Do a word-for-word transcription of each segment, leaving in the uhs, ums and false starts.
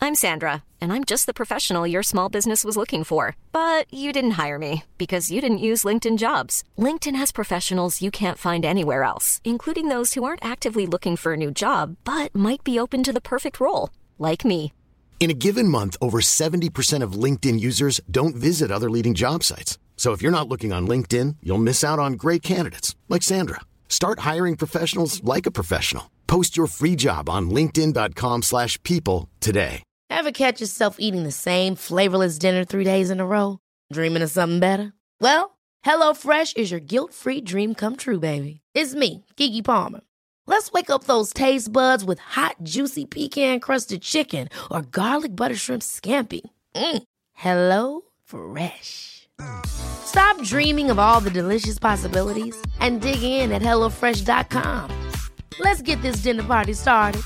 I'm Sandra, and I'm just the professional your small business was looking for. But you didn't hire me because you didn't use LinkedIn Jobs. LinkedIn has professionals you can't find anywhere else, including those who aren't actively looking for a new job, but might be open to the perfect role, like me. In a given month, over seventy percent of LinkedIn users don't visit other leading job sites. So if you're not looking on LinkedIn, you'll miss out on great candidates like Sandra. Start hiring professionals like a professional. Post your free job on linkedin dot com slash people today. Ever catch yourself eating the same flavorless dinner three days in a row? Dreaming of something better? Well, HelloFresh is your guilt-free dream come true, baby. It's me, Keke Palmer. Let's wake up those taste buds with hot, juicy pecan-crusted chicken or garlic butter shrimp scampi. Mm. Hello Fresh. Stop dreaming of all the delicious possibilities and dig in at hello fresh dot com. Let's get this dinner party started.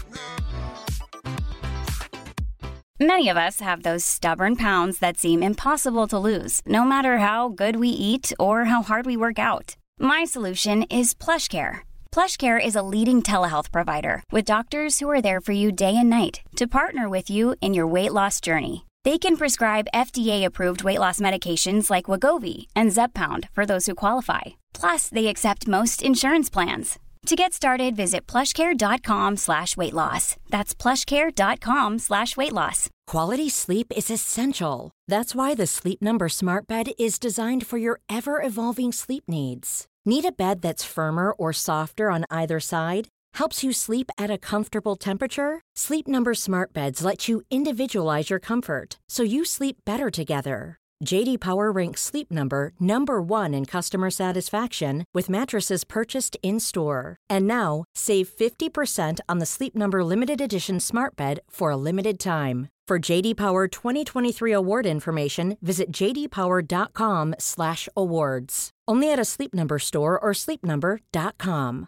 Many of us have those stubborn pounds that seem impossible to lose, no matter how good we eat or how hard we work out. My solution is PlushCare. PlushCare is a leading telehealth provider with doctors who are there for you day and night to partner with you in your weight loss journey. They can prescribe F D A-approved weight loss medications like Wegovy and Zepbound for those who qualify. Plus, they accept most insurance plans. To get started, visit plushcare.com slash weight loss. That's plushcare.com slash weight loss. Quality sleep is essential. That's why the Sleep Number Smart Bed is designed for your ever-evolving sleep needs. Need a bed that's firmer or softer on either side? Helps you sleep at a comfortable temperature? Sleep Number Smart Beds let you individualize your comfort, so you sleep better together. J D Power ranks Sleep Number number one in customer satisfaction with mattresses purchased in-store. And now, save fifty percent on the Sleep Number Limited Edition Smart Bed for a limited time. For J D Power twenty twenty-three award information, visit j d power dot com slash awards. Only at a Sleep Number store or sleep number dot com.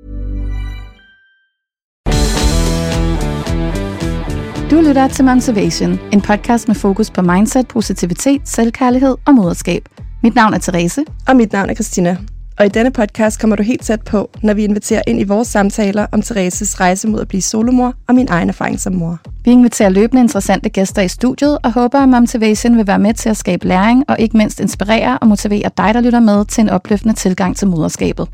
Du lytter til Motivation, en podcast med fokus på mindset, positivitet, selvkærlighed og moderskab. Mit navn er Therese. Og mit navn er Christina. Og i denne podcast kommer du helt tæt på, når vi inviterer ind i vores samtaler om Thereses rejse mod at blive solomor og min egen erfaring som mor. Vi inviterer løbende interessante gæster i studiet og håber, at Motivation vil være med til at skabe læring og ikke mindst inspirere og motivere dig, der lytter med, til en opløftende tilgang til moderskabet.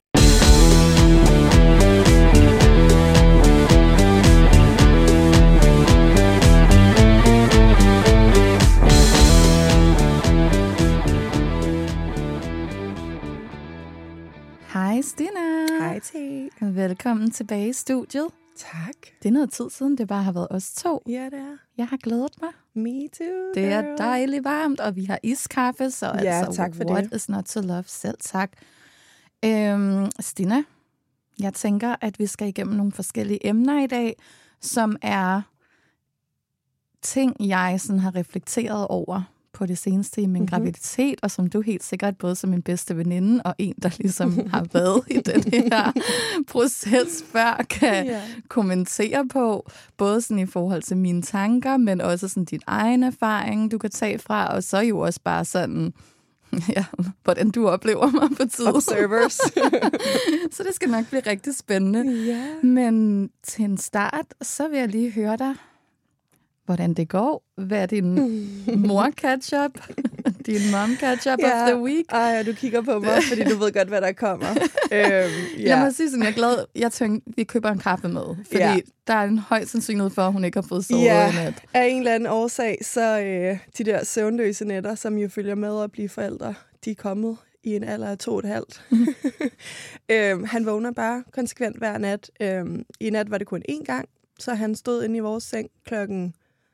Hej Stina. Hej T. Velkommen tilbage i studiet. Tak. Det er noget tid siden, det bare har været os to. Ja, det er. Jeg har glædet mig. Me too. Det er dejligt varmt, og vi har iskaffe, så ja, altså, tak for what det. is not to love? Selv tak. Øhm, Stina, jeg tænker, at vi skal igennem nogle forskellige emner i dag, som er ting, jeg sådan har reflekteret over på det seneste i min mm-hmm. graviditet, og som du helt sikkert både som min bedste veninde og en, der ligesom har været i den her proces før, kan yeah. kommentere på, både sådan i forhold til mine tanker, men også sådan din egen erfaring, du kan tage fra, og så jo også bare sådan, ja, hvordan du oplever mig på tid. Observers. Så det skal nok blive rigtig spændende. Yeah. Men til en start, så vil jeg lige høre dig, hvordan det går. Hvad er din mor-catch-up? Din mom-catch-up ja. of the week? Ej, du kigger på mig, fordi du ved godt, hvad der kommer. øhm, ja. Jeg må sige sådan, jeg er glad, jeg tænkte, vi køber en kaffe med. Fordi ja. der er en høj sandsynlighed for, at hun ikke har fået sovet ja. i nat. Af en eller anden årsag, så øh, de der søvnløse nætter, som jo følger med at blive forældre, de er kommet i en alder af to og et halvt. øhm, han vågner bare konsekvent hver nat. Øhm, I nat var det kun én gang, så han stod inde i vores seng klokken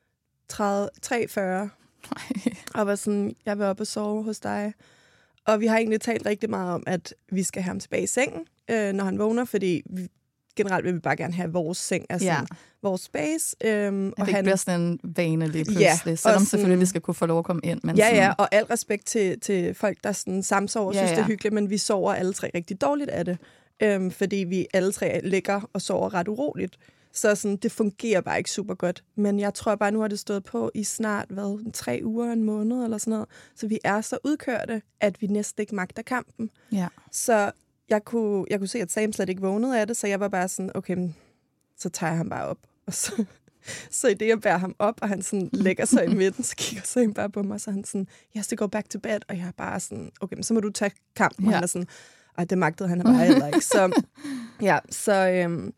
tre fyrre og var sådan, jeg vil op og sove hos dig. Og vi har egentlig talt rigtig meget om, at vi skal have ham tilbage i sengen, øh, når han vågner, fordi vi, generelt vil vi bare gerne have vores seng, altså ja. vores space. Øhm, at og det han, ikke bliver sådan en vane lige pludselig, ja, selvom sådan, selvfølgelig vi skal kunne få lov at komme ind. Men ja, sådan, ja, og al respekt til, til folk, der sådan samsover, ja, synes, ja. det er hyggeligt, men vi sover alle tre rigtig dårligt af det, øhm, fordi vi alle tre ligger og sover ret uroligt. Så sådan, det fungerer bare ikke super godt. Men jeg tror bare, nu har det stået på i snart, hvad, tre uger, en måned eller sådan noget. Så vi er så udkørte, at vi næsten ikke magter kampen. Ja. Så jeg kunne, jeg kunne se, at Sam slet ikke vågnede af det, så jeg var bare sådan, okay, så tager jeg ham bare op. Og så Så i det, jeg bærer ham op, og han sådan lægger sig i midten, så kigger Sam bare på mig, så han sådan, jeg skal go back to bed, og jeg er bare sådan, okay, så må du tage kampen. Ja. Og han er sådan, ej, det magtede han bare heller ikke. Så, ja, så, øhm,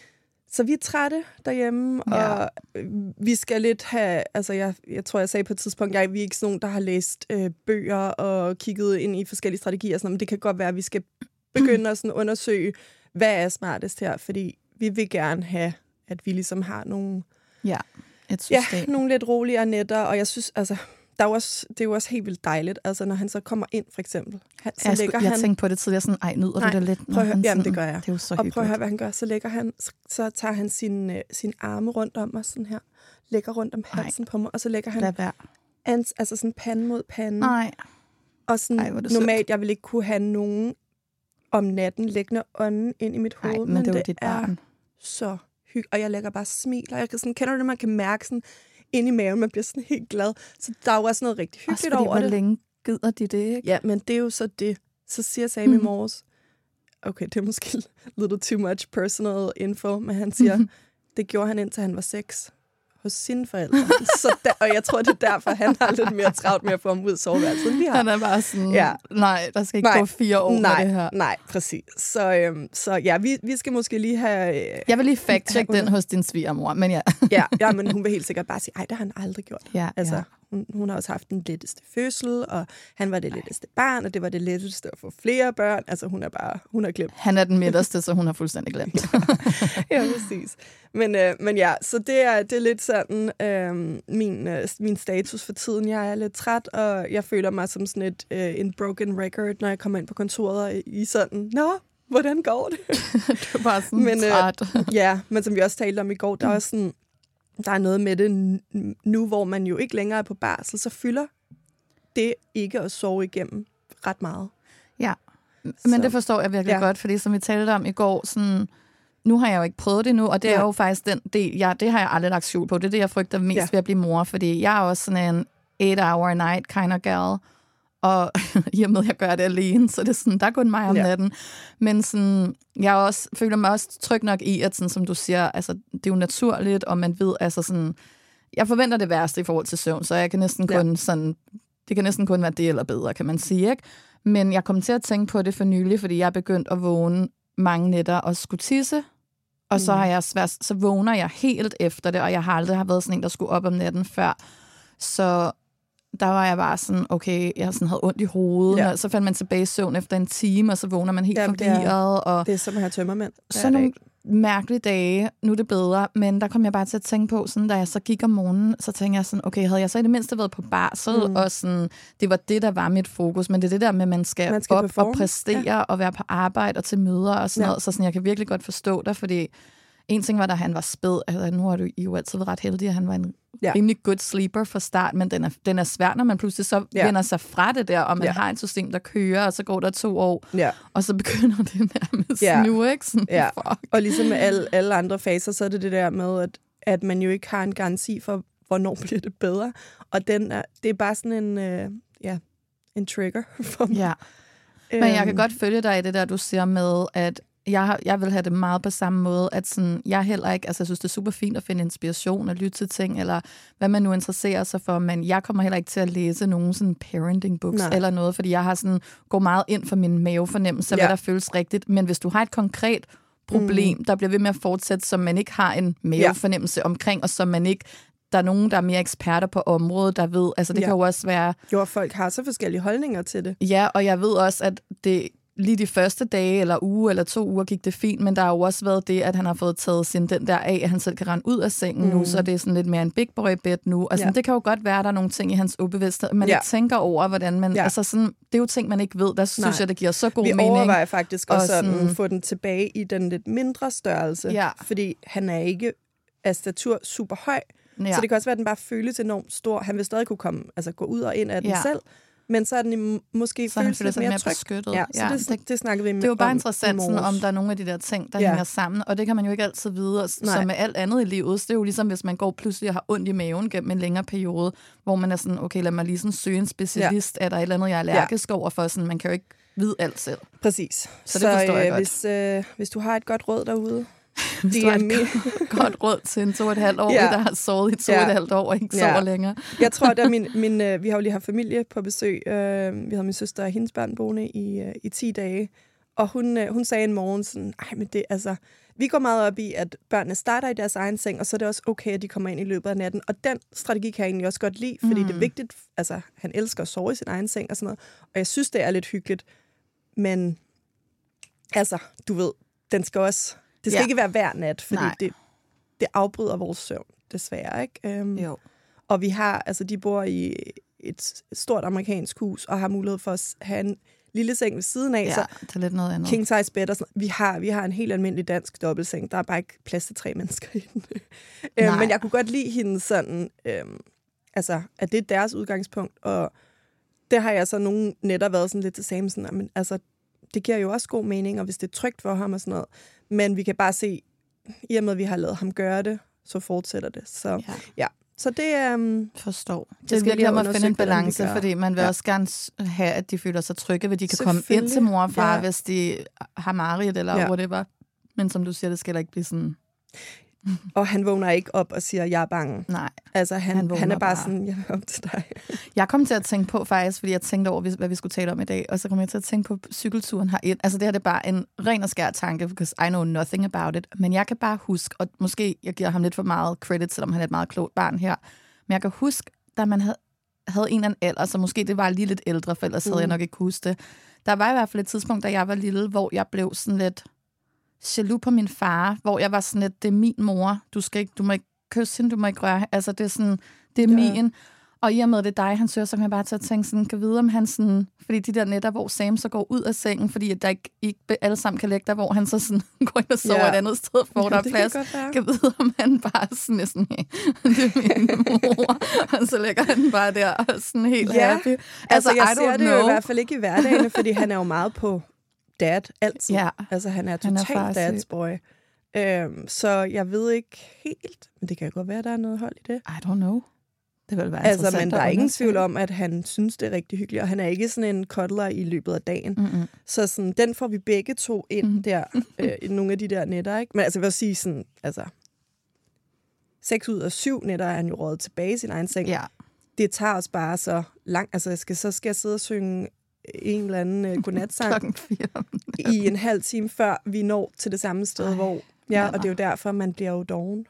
så vi er trætte derhjemme, ja. Og vi skal lidt have, altså jeg, jeg tror, jeg sagde på et tidspunkt, jeg, vi er ikke sådan nogen, der har læst øh, bøger og kigget ind i forskellige strategier, og sådan, men det kan godt være, at vi skal begynde at sådan undersøge, hvad er smartest her, fordi vi vil gerne have, at vi ligesom har nogle, ja, et system. Ja, nogle lidt roligere nætter, og jeg synes, altså, der er også, det er jo også helt vildt dejligt, altså når han så kommer ind, for eksempel. Han, så jeg, lægger skulle, jeg han, tænkte på det tidligere, sådan, ej, nyder nej, du det lidt? Prøv at høre, jamen, det gør jeg. Det er jo så og hyggeligt. prøv at høre, hvad han gør. Så lægger han, så, så tager han sin, øh, sin arme rundt om mig, sådan her, lægger rundt om halsen ej, på mig, og så lægger han ans, altså sådan pande mod pande. Nej. Og sådan, ej, normalt, sødt. Jeg vil ikke kunne have nogen om natten liggende ånden ind i mit hoved, ej, men, men det, det, dit er barn. Så hyggeligt, og jeg lægger bare smil, og jeg kan sådan, kender du det, man kan mærke sådan, ind i maven, man bliver sådan helt glad. Så der er jo også noget rigtig hyggeligt også fordi, over hvor det. Hvor længe gider de det, ikke? Ja, men det er jo så det. Så siger Sam mm. i morges, okay, det er måske lidt too much personal info, men han siger, mm. det gjorde han indtil han var seks hos sine forældre. Så der, og jeg tror, det er derfor, han har lidt mere travlt med at få ham ud af soveværelset. Vi har. Han er bare sådan, ja. nej, der skal ikke nej, gå fire år nej, med det her. Nej, præcis. Så, øhm, så ja, vi, vi skal måske lige have... Øh, jeg vil lige fact-check den hos din svigermor, men ja. ja, ja, men hun vil helt sikkert bare sige, ej, det har han aldrig gjort. Ja, altså, ja. Hun, hun har også haft den letteste fødsel, og han var det letteste barn, og det var det letteste at få flere børn. Altså, hun er bare, hun har glemt. Han er den midterste, så hun har fuldstændig glemt. ja, præcis. Men, øh, men ja, så det er, det er lidt sådan øh, min, øh, min status for tiden. Jeg er lidt træt, og jeg føler mig som sådan et, øh, en broken record, når jeg kommer ind på kontoret og i sådan, nå, hvordan går det? Du er bare sådan men, træt. Øh, ja, men som vi også talte om i går, der er også sådan, der er noget med det nu, hvor man jo ikke længere er på barsel, så fylder det ikke at sove igennem ret meget. Ja, men så. Det forstår jeg virkelig ja. godt, fordi som vi talte om i går, sådan, nu har jeg jo ikke prøvet det nu, og det ja. er jo faktisk den del, ja, det har jeg aldrig lagt skjul på. Det er det, jeg frygter mest ja. ved at blive mor, fordi jeg er også sådan en eight hour night kind of gal, og i og med, at jeg gør det alene, så det er sådan, der er kun mig om ja. natten. Men sådan, jeg også, føler mig også tryg nok i, at sådan, som du siger, altså, det er jo naturligt, og man ved, altså sådan, jeg forventer det værste i forhold til søvn, så jeg kan næsten kun ja. sådan, det kan næsten kun være det eller bedre, kan man sige, ikke? Men jeg kom til at tænke på det for nylig, fordi jeg er begyndt at vågne mange nætter og skulle tisse, og så har jeg svært, så vågner jeg helt efter det, og jeg har aldrig været sådan en, der skulle op om natten før. Så der var jeg bare sådan, okay, jeg sådan havde ondt i hovedet, ja. og så faldt man tilbage i søvn efter en time, og så vågner man helt Jamen, forvirret. Det er, og det er som at have tømmermænd. Så nogle mærkelige dage, nu er det bedre, men der kom jeg bare til at tænke på, sådan, da jeg så gik om morgenen, så tænkte jeg sådan, okay, havde jeg så i det mindste været på barsel, mm. og sådan, det var det, der var mit fokus, men det er det der med, at man skal, man skal op performe. og præstere, ja. og være på arbejde og til møder og sådan ja. noget, så sådan, jeg kan virkelig godt forstå dig, fordi en ting var, da han var spæd, altså, nu har du jo altid været ret heldig, at han var en ja. rimelig good sleeper fra start, men den er, den er svær, når man pludselig så ja. vender sig fra det der, og man ja. har et system, der kører, og så går der to år, ja. og så begynder det nærmest ja. nu, ikke? Sådan, ja. Og ligesom med alle, alle andre faser, så er det det der med, at, at man jo ikke har en garanti for, hvornår bliver det bedre, og den er, det er bare sådan en, øh, ja, en trigger for mig. Ja. Men jeg kan godt følge dig i det der, du siger med, at Jeg, har, jeg vil have det meget på samme måde, at sådan, jeg heller ikke, altså jeg synes, det er super fint at finde inspiration og lytte til ting, eller hvad man nu interesserer sig for, men jeg kommer heller ikke til at læse nogen sådan parenting books Nej. eller noget, fordi jeg har sådan, går meget ind for min mavefornemmelse, ja. hvad der føles rigtigt, men hvis du har et konkret problem, mm. der bliver ved med at fortsætte, som man ikke har en mavefornemmelse ja. omkring, og som man ikke, der er nogen, der er mere eksperter på området, der ved, altså det ja. kan jo også være... Jo, folk har så forskellige holdninger til det. Ja, og jeg ved også, at det... Lige de første dage, eller uge, eller to uger gik det fint, men der har jo også været det, at han har fået taget sin den der af, at han selv kan rende ud af sengen mm. nu, så det er sådan lidt mere en big boy bed nu. Altså, ja. det kan jo godt være, at der er nogle ting i hans ubevidsthed, man ja. ikke tænker over, hvordan man... Ja. Altså sådan, det er jo ting, man ikke ved. Der synes Nej. jeg, det giver så god Vi mening. Vi overvejer faktisk også at sådan, få den tilbage i den lidt mindre størrelse, ja. fordi han er ikke af statur super høj, ja. så det kan også være, at den bare føles enormt stor. Han vil stadig kunne komme, altså gå ud og ind af den ja. selv, men så er den måske så føles lidt mere, mere beskyttet. Ja, så ja, det, det, det snakkede vi med. Det er jo bare interessant, sådan, om der er nogle af de der ting, der ja. hænger sammen, og det kan man jo ikke altid vide. Som med alt andet i livet, så det er jo ligesom, hvis man går pludselig og har ondt i maven gennem en længere periode, hvor man er sådan, okay, lad mig lige sådan søge en specialist, ja. er der et eller andet, jeg er allergisk ja. over for, sådan, man kan jo ikke vide alt selv. Præcis. Så, så det forstår øh, jeg godt. Hvis, øh, hvis du har et godt råd derude, Hvis det du har er et min... godt råd til en to og et halvt år, Ja. der har sovet i to Ja. og et halvt år og ikke sover Ja. længere. Jeg tror, at min, min, øh, vi har jo lige haft familie på besøg. Øh, vi havde min søster og hendes børn boende i, øh, i ti dage. Og hun, øh, hun sagde en morgen sådan, ej, men det, altså, vi går meget op i, at børnene starter i deres egen seng, og så er det også okay, at de kommer ind i løbet af natten. Og den strategi kan jeg egentlig også godt lide, fordi mm. det er vigtigt, altså, han elsker at sove i sin egen seng og sådan noget. Og jeg synes, det er lidt hyggeligt. Men, altså, du ved, den skal også, det skal Ja. ikke være hver nat, fordi Nej. det, det afbryder vores søvn, desværre, ikke? Um, Jo. Og vi har, altså de bor i et stort amerikansk hus, og har mulighed for at have en lille seng ved siden af, Ja, så det er lidt noget andet. king size bed og sådan. Vi har, vi har en helt almindelig dansk dobbeltseng. Der er bare ikke plads til tre mennesker i den. øhm, men jeg kunne godt lide hende sådan, øhm, altså, at det er deres udgangspunkt, og det har jeg så nogle netter været sådan lidt til sammen, sådan, men altså, det giver jo også god mening, og hvis det er trygt for ham og sådan noget. Men vi kan bare se, i og med, at vi har lavet ham gøre det, så fortsætter det. Så ja. ja. Så det er... Um, Forstår. Det, det det skal virkelig om lige at have finde en undersøgt, hvordan vi balance, gør. fordi man vil Ja. også gerne s- have, at de føler sig trygge, ved de kan komme ind til mor og far, Ja. hvis de har mareridt eller Ja. whatever. Men som du siger, det skal da ikke blive sådan... og han vågner ikke op og siger, jeg er bange. Nej. Altså, han, Han han, vågner han er bare, bare. sådan, jeg vil op til dig. Jeg kom til at tænke på faktisk, fordi jeg tænkte over, hvad vi skulle tale om i dag, og så kom jeg til at tænke på cykelturen herind. Altså det her det er bare en ren og skær tanke, because I know nothing about it. Men jeg kan bare huske, og måske jeg giver ham lidt for meget credit, selvom han er et meget klogt barn her, men jeg kan huske, da man havde, havde en eller anden alder, så måske det var lige lidt ældre, for ellers havde Mm. jeg nok ikke kunne huske det. Der var i hvert fald et tidspunkt, da jeg var lille, hvor jeg blev sådan lidt jaloux på min far, hvor jeg var sådan lidt, det er min mor, du skal ikke, du må ikke kysse hende, du må ikke røre, altså det er sådan, det er Ja. min. Og i og med, det er dig, han søger, så kan jeg bare til at tænke sådan, kan vide, om han sådan... Fordi de der netter, hvor Sam så går ud af sengen, fordi at der ikke, ikke alle sammen kan lægge der, hvor han så sådan går ind og sover Ja. et andet sted, hvor der er det plads. kan godt være. Kan vide, om han bare sådan er sådan, hey, det er min mor. Og så lægger han bare der og sådan helt Ja. happy. Altså, Altså, jeg I ser don't det jo know. i hvert fald ikke i hverdagen, fordi han er jo meget på dad altid. Ja. Altså, han er Han er totalt farsyg. dad's boy. Øhm, så jeg ved ikke helt, men det kan godt være, der er noget hold i det. I don't know. Det vil være Altså, interessant men der at er ingen undersøge. tvivl om, at han synes, det er rigtig hyggeligt, og han er ikke sådan en cuddler i løbet af dagen. Mm-mm. Så sådan, den får vi begge to ind Mhm. der, øh, i nogle af de der netter, ikke? Men altså, jeg vil også sige sådan, altså, seks ud af syv netter er han jo røget tilbage i sin egen seng. Ja. Det tager os bare så langt. Altså, jeg skal, så skal jeg sidde og synge en eller anden øh, godnatsang Klokken fire. i en halv time, før vi når til det samme sted, Ej, hvor... Ja, ja. og det er jo derfor, man bliver jo doven.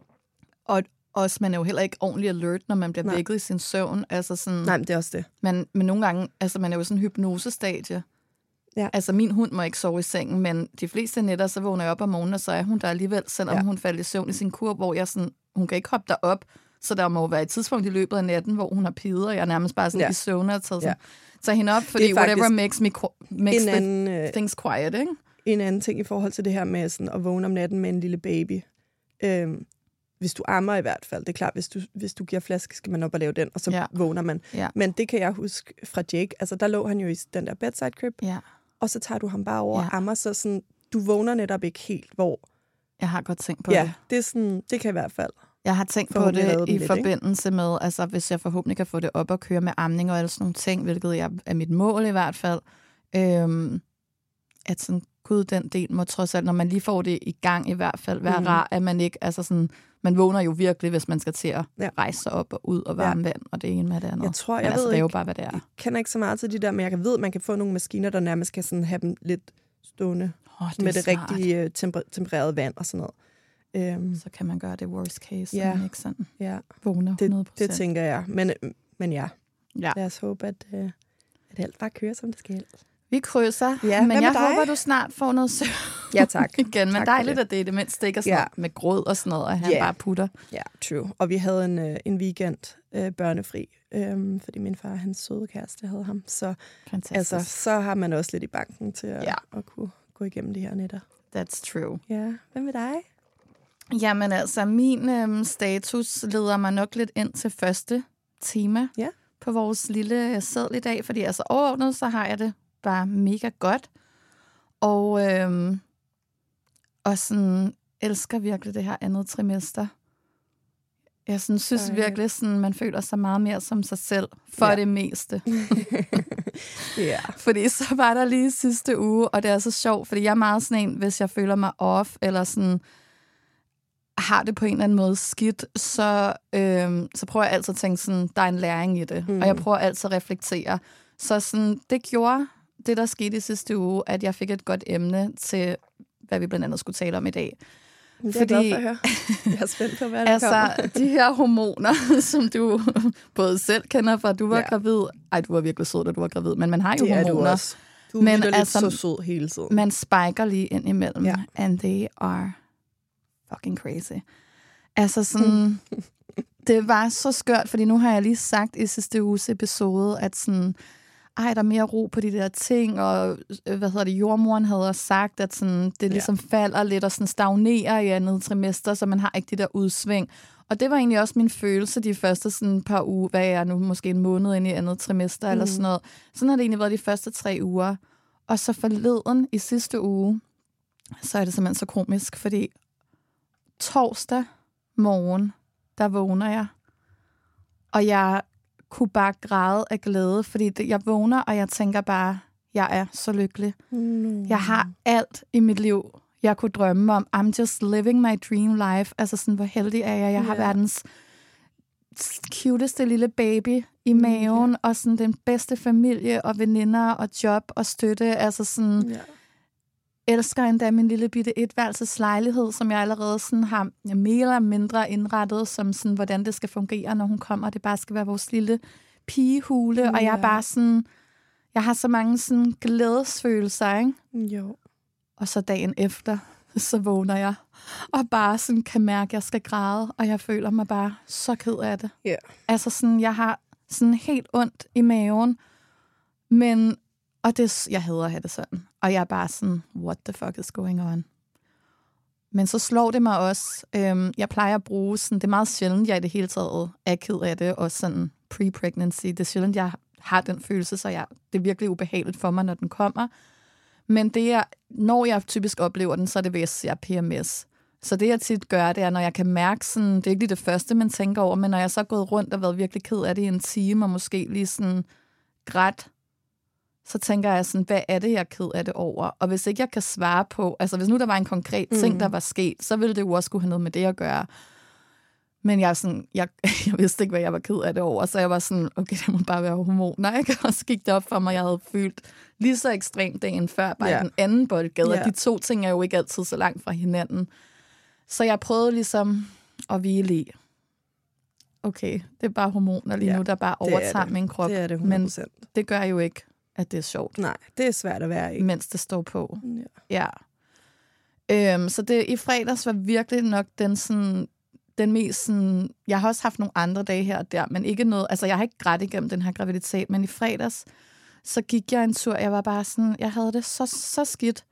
Og også, man er jo heller ikke ordentligt alert, når man bliver Nej. vækket i sin søvn. Altså sådan... Nej, men det er også det. Men, men nogle gange, altså man er jo sådan en hypnosestadie. Ja. Altså min hund må ikke sove i sengen, men de fleste nætter, så vågner jeg op om morgenen, og så er hun der alligevel, selvom Ja. hun faldt i søvn i sin kur, hvor jeg sådan, hun kan ikke hoppe derop, så der må jo være et tidspunkt i løbet af natten, hvor hun har pidet, og jeg er nærmest bare sådan Ja. ja. i søvne og taget, Ja. sådan, taget hende op, fordi Det er faktisk whatever makes, me qu- makes En the anden, øh, things quiet, ikke? en anden ting i forhold til det her med sådan, at vågne om natten med en lille baby. Øhm, hvis du ammer i hvert fald, det er klart, hvis du, hvis du giver flaske, skal man op og lave den, og så Ja. ja. vågner man. Ja. Men det kan jeg huske fra Jake. Altså, der lå han jo i den der bedside crib, Ja, og så tager du ham bare over Ja. og ammer, så sådan, du vågner netop ikke helt, hvor... jeg har godt tænkt på Ja, det. det, er sådan, det kan i hvert fald. Jeg har tænkt på Forhåbentlig redde det dem i lidt, forbindelse med, altså hvis jeg forhåbentlig kan få det op og køre med amning og alle sådan nogle ting, hvilket jeg, er mit mål i hvert fald, øhm, at sådan, gud, den del må trods alt, når man lige får det i gang i hvert fald, være Mhm. mm. rar, at man ikke, altså sådan, man vågner jo virkelig, hvis man skal til at Ja. rejse sig op og ud og varme ja. vand, og det ene med det andet. Jeg tror, jeg Men altså, ved det er jo ikke- bare, hvad det er. Jeg kender ikke så meget til de der, men jeg ved, at man kan få nogle maskiner, der nærmest kan sådan have dem lidt stående Oh, det med det smart. rigtige uh, temper- tempererede vand og sådan noget. Øhm, Så kan man gøre det worst case, Ja. så man ikke sådan ja, vågner hundrede det, procent. det tænker jeg. Men, men ja, Ja. lad os håbe, at, uh, at alt bare kører, som det skal. Vi krydser, Ja, men hvad med jeg dig? håber, du snart får noget søvn Ja, tak. igen. Men Tak for dejligt, det. at det er det mindste ikke er sådan Ja. noget med grød og sådan noget, og han Ja. bare putter. Ja, true. Og vi havde en, uh, en weekend uh, børnefri, um, fordi min far, hans søde kæreste, havde ham. Så Fantastisk. altså, så har man også lidt i banken til at, Ja. at kunne gå igennem de her netter. That's true. Ja, hvad med dig? Jamen altså, min øhm, status leder mig nok lidt ind til første tema Ja. på vores lille seddel i dag, fordi altså overordnet, så har jeg det bare mega godt. Og, øhm, og sådan elsker virkelig det her andet trimester. Jeg sådan, synes Ej. virkelig, sådan, man føler sig meget mere som sig selv for Ja. det meste. Ja. Fordi så var der lige sidste uge, og det er så sjovt, fordi jeg er meget sådan en, hvis jeg føler mig off, eller sådan, har det på en eller anden måde skidt, så, øh, så prøver jeg altid at tænke sådan, der er en læring i det. Mm. Og jeg prøver altid at reflektere. Så sådan, det gjorde det, der skete i sidste uge, at jeg fik et godt emne til, hvad vi blandt andet skulle tale om i dag. Det er Fordi, jeg glad for at høre. Jeg er spændt på, hvad det altså, kommer. de her hormoner, som du både selv kender fra, du var ja. gravid. Ej, du var virkelig sød, da du var gravid, men man har jo det hormoner. Er du også. Du er men, altså, lidt så sød hele tiden. Man spiker lige ind imellem, ja. and they are fucking crazy. Altså sådan, det var så skørt, fordi nu har jeg lige sagt i sidste uges episode, at sådan, ej, der er mere ro på de der ting, og hvad hedder det, jordmoren havde også sagt, at sådan, det ligesom ja. falder lidt og sådan stagnerer i andet trimester, så man har ikke de der udsving. Og det var egentlig også min følelse de første sådan par uger, hvad er nu, måske en måned ind i andet trimester mm. eller sådan noget. Sådan har det egentlig været de første tre uger. Og så forleden i sidste uge, så er det simpelthen så komisk, fordi torsdag morgen, der vågner jeg, og jeg kunne bare græde af glæde, fordi det, jeg vågner, og jeg tænker bare, jeg er så lykkelig. Mm. Jeg har alt i mit liv, jeg kunne drømme om. I'm just living my dream life. Altså sådan, hvor heldig er jeg. Jeg har yeah. verdens cuteste lille baby i maven, mm, yeah. og sådan den bedste familie, og veninder, og job, og støtte. Altså sådan, yeah. elsker endda min lille bitte etværelseslejlighed, som jeg allerede sådan har mere eller mindre indrettet, som sådan, hvordan det skal fungere, når hun kommer. Det bare skal være vores lille pigehule, yeah. og jeg er bare sådan, jeg har så mange sådan glædesfølelser, ikke? Jo. Og så dagen efter, så vågner jeg, og bare sådan kan mærke, at jeg skal græde, og jeg føler mig bare så ked af det. Yeah. Altså sådan, jeg har sådan helt ondt i maven, men, og det, jeg hader at have det sådan, og jeg er bare sådan, what the fuck is going on? Men så slår det mig også, øhm, jeg plejer at bruge sådan, det er meget sjældent, jeg i det hele taget er ked af det, og sådan pre-pregnancy, det er sjældent, jeg har den følelse, så jeg, det er virkelig ubehageligt for mig, når den kommer. Men det er, når jeg typisk oplever den, så er det, hvis jeg er P M S. Så det, jeg tit gør, det er, når jeg kan mærke sådan, det er ikke lige det første, man tænker over, men når jeg så er gået rundt og været virkelig ked af det i en time, og måske lige sådan grædt, så tænker jeg sådan, hvad er det, jeg er ked af det over? Og hvis ikke jeg kan svare på, altså hvis nu der var en konkret ting, mm. der var sket, så ville det jo også skulle have noget med det at gøre. Men jeg, sådan, jeg, jeg vidste ikke, hvad jeg var ked af det over, så jeg var sådan, okay, det må bare være hormoner, ikke? Og så gik det op for mig, jeg havde følt lige så ekstremt dagen før, bare yeah. den anden boldgade, yeah. og de to ting er jo ikke altid så langt fra hinanden. Så jeg prøvede ligesom at hvile i, okay, det er bare hormoner lige yeah. nu, der bare overtager min krop. Det er det hundrede procent. Men det gør jo ikke, at det er sjovt. Nej, det er svært at være i. Mens det står på. Ja. ja. Øhm, så det i fredags var virkelig nok den sådan, den mest sådan, jeg har også haft nogle andre dage her og der, men ikke noget, altså jeg har ikke grædt igennem den her graviditet, men i fredags, så gik jeg en tur, jeg var bare sådan, jeg havde det så, så skidt.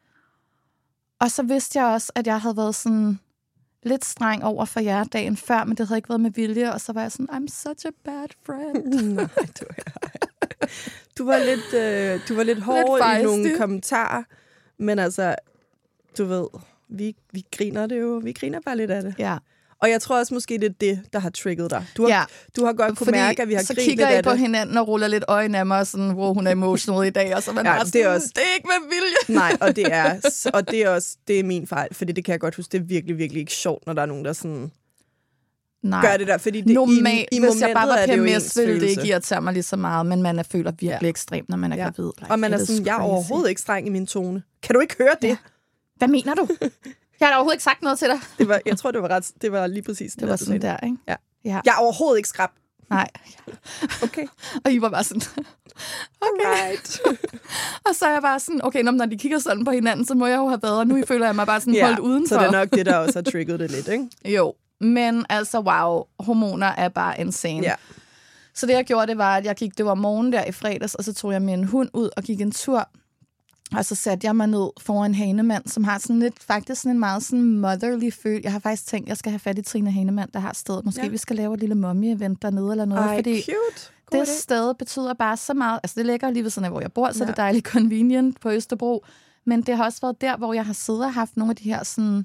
Og så vidste jeg også, at jeg havde været sådan lidt streng over for jer dagen før, men det havde ikke været med vilje, og så var jeg sådan, I'm such a bad friend. Nej, du er Du var lidt, øh, du var lidt hård lidt i nogle kommentarer, men altså, du ved, vi, vi griner det jo, vi griner bare lidt af det. Ja. Og jeg tror også måske, det er det, der har trigget dig. Du har, ja. du har godt kunne Fordi mærke, at vi har så grinet lidt af det. Så kigger I på hinanden og ruller lidt øjne af mig, sådan, hvor hun er emotional i dag, og så man ja, bare sådan, det er, også, det er ikke med vilje. Nej, og det er, og det er også det er min fejl, fordi det kan jeg godt huske, det er virkelig, virkelig ikke sjovt, når der er nogen, der sådan Nej. gør det der. Fordi det, Normalt, i, i hvis jeg bare var P M S, ville det følelse. ikke irritere mig lige så meget, men man er, føler virkelig ja. ekstremt, når man er ja. gravid. Like, og man er sådan, jeg er overhovedet ikke streng i min tone. Kan du ikke høre det? Ja. Hvad mener du? Jeg har overhovedet ikke sagt noget til dig. Det var, jeg tror, det var, ret, det var lige præcis det. Det var sådan der, ikke? Ja. ja. Jeg er overhovedet ikke skrab. Nej. Okay. Og I var bare sådan, okay. Right. Og så er jeg bare sådan, okay, når de kigger sådan på hinanden, så må jeg jo have været, og nu føler jeg mig bare sådan ja, holdt udenfor. Så det er nok det, der også har trigget det lidt, ikke? Jo, men altså, wow, hormoner er bare insane. Ja. Så det, jeg gjorde, det var, at jeg gik, det var morgen der i fredags, og så tog jeg min hund ud og gik en tur. Og så satte jeg mig ned foran Hanemand, som har sådan lidt, faktisk sådan en meget sådan motherly følelse. Jeg har faktisk tænkt, at jeg skal have fat i Trine Hanemand, der har stedet. Måske ja. vi skal lave et lille mommy-event dernede eller noget. Ej, fordi cute. God det idé. Sted betyder bare så meget. Altså, det ligger lige ved sådan af, hvor jeg bor, så ja. det er dejligt convenient på Østerbro. Men det har også været der, hvor jeg har siddet og haft nogle af de her sådan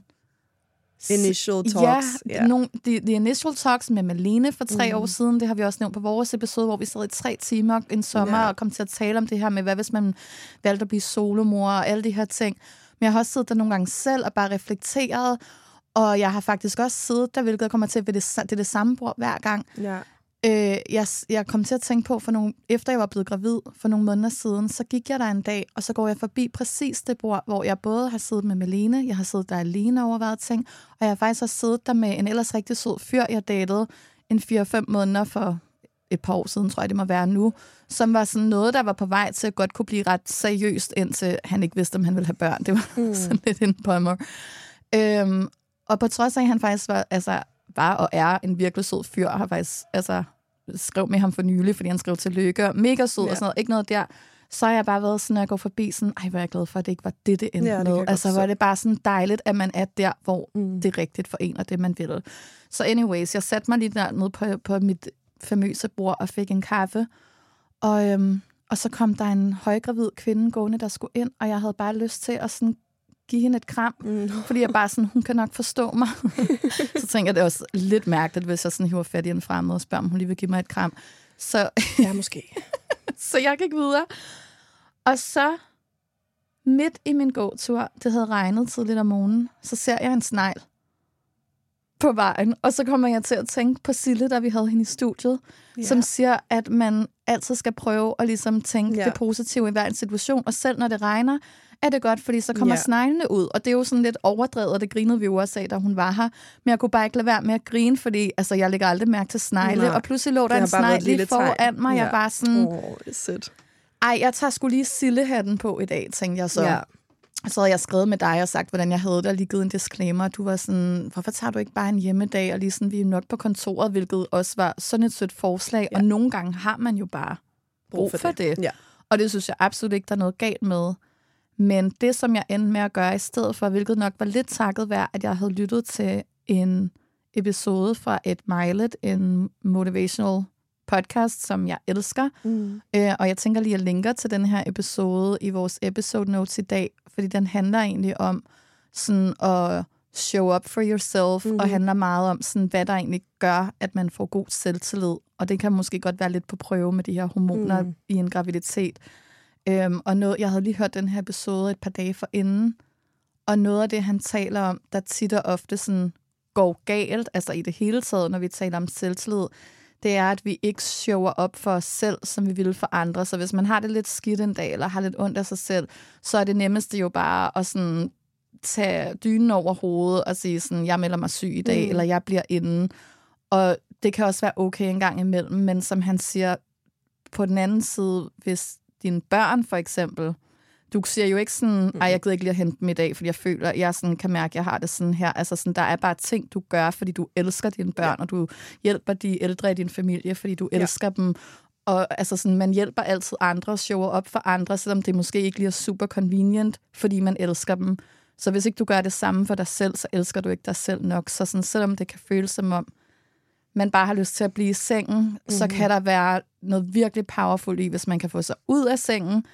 initial talks. Ja, yeah. nogle, de, de initial talks med Malene for tre mm. år siden. Det har vi også nævnt på vores episode, hvor vi sad i tre timer en sommer yeah. og kom til at tale om det her med, hvad hvis man valgte at blive solomor og alle de her ting. Men jeg har også siddet der nogle gange selv og bare reflekteret Og jeg har faktisk også siddet der, hvilket kommer til at det, det er det samme bord hver gang. Ja. Øh, jeg, jeg kom til at tænke på, for nogle, efter jeg var blevet gravid for nogle måneder siden, så gik jeg der en dag, og så går jeg forbi præcis det bord, hvor jeg både har siddet med Malene, jeg har siddet der alene og overvejet ting, og jeg har faktisk også siddet der med en ellers rigtig sød fyr, jeg datede en fire fem måneder for et par år siden, tror jeg det må være nu, som var sådan noget, der var på vej til at godt kunne blive ret seriøst, indtil han ikke vidste, om han ville have børn. Det var mm. sådan lidt en pommer. Øhm, og på trods af, at han faktisk var, altså, var og er en virkelig sød fyr, og har faktisk altså, skrev med ham for nylig, fordi han skrev til lykke, mega sød ja. og sådan noget, ikke noget der, så har jeg bare været sådan, at jeg går forbi sådan, ej, hvor er jeg glad for, at det ikke var det, det endte ja, det med. Altså, hvor er det bare sådan dejligt, at man er der, hvor mm. det er rigtigt for en, og det man vil. Så anyways, jeg satte mig lige dernede på, på mit famøse bord og fik en kaffe, og, øhm, og så kom der en højgravid kvinde gående, der skulle ind, og jeg havde bare lyst til at sådan give hende et kram, mm. fordi jeg bare sådan, hun kan nok forstå mig. Så tænker jeg, det er også lidt mærkeligt, hvis jeg sådan hiver fat i en fremmed og spørger, om hun lige vil give mig et kram. Så, ja, måske. Så jeg gik videre. Og så midt i min gåtur, det havde regnet tidligt om morgenen, så ser jeg en snegl på vejen, og så kommer jeg til at tænke på Sille, da vi havde hende i studiet, yeah. som siger, at man altid skal prøve at ligesom tænke yeah. det positive i hver en situation, og selv når det regner, er det godt, fordi så kommer yeah. sneglene ud, og det er jo sådan lidt overdrevet, og det grinede vi jo også af, da hun var her, men jeg kunne bare ikke lade være med at grine, fordi altså, jeg lægger aldrig mærke til snegle, Nej. og pludselig lå der en snegl lige foran mig, jeg bare sådan, oh, det ej, jeg tager sgu lige Sille-hatten på i dag, tænkte jeg så. Yeah. Så havde jeg skrevet med dig og sagt, hvordan jeg havde det, og lige givet en disclaimer. Du var sådan, hvorfor tager du ikke bare en hjemmedag, og lige sådan, vi er nok på kontoret, hvilket også var sådan et sødt forslag, ja. Og nogle gange har man jo bare brug for, for det. det. Ja. Og det synes jeg absolut ikke, der er noget galt med. Men det, som jeg endte med at gøre i stedet for, hvilket nok var lidt takket være, at jeg havde lyttet til en episode fra Ed Milet, en motivational podcast, som jeg elsker. Mm. Øh, og jeg tænker lige at linker til den her episode i vores episode notes i dag, fordi den handler egentlig om sådan at show up for yourself, mm. og handler meget om, sådan, hvad der egentlig gør, at man får god selvtillid. Og det kan måske godt være lidt på prøve med de her hormoner mm. i en graviditet. Øhm, og noget, jeg havde lige hørt den her episode et par dage forinden, og noget af det, han taler om, der tit og ofte sådan går galt, altså i det hele taget, når vi taler om selvtillid, det er, at vi ikke shower op for os selv, som vi ville for andre. Så hvis man har det lidt skidt en dag, eller har lidt ondt af sig selv, så er det nemmeste jo bare at sådan tage dynen over hovedet og sige sådan, jeg melder mig syg i dag, mm. eller jeg bliver inde. Og det kan også være okay en gang imellem, men som han siger, på den anden side, hvis dine børn for eksempel, du siger jo ikke sådan, ej, jeg gider ikke lige at hente dem i dag, fordi jeg føler, at jeg sådan kan mærke, at jeg har det sådan her. Altså sådan, der er bare ting, du gør, fordi du elsker dine børn, ja. Og du hjælper de ældre i din familie, fordi du elsker ja. dem. Og altså sådan, man hjælper altid andre og shower op for andre, selvom det måske ikke lige er super convenient, fordi man elsker dem. Så hvis ikke du gør det samme for dig selv, så elsker du ikke dig selv nok. Så sådan, selvom det kan føles som om, man bare har lyst til at blive i sengen, mm-hmm. så kan der være noget virkelig powerful i, hvis man kan få sig ud af sengen,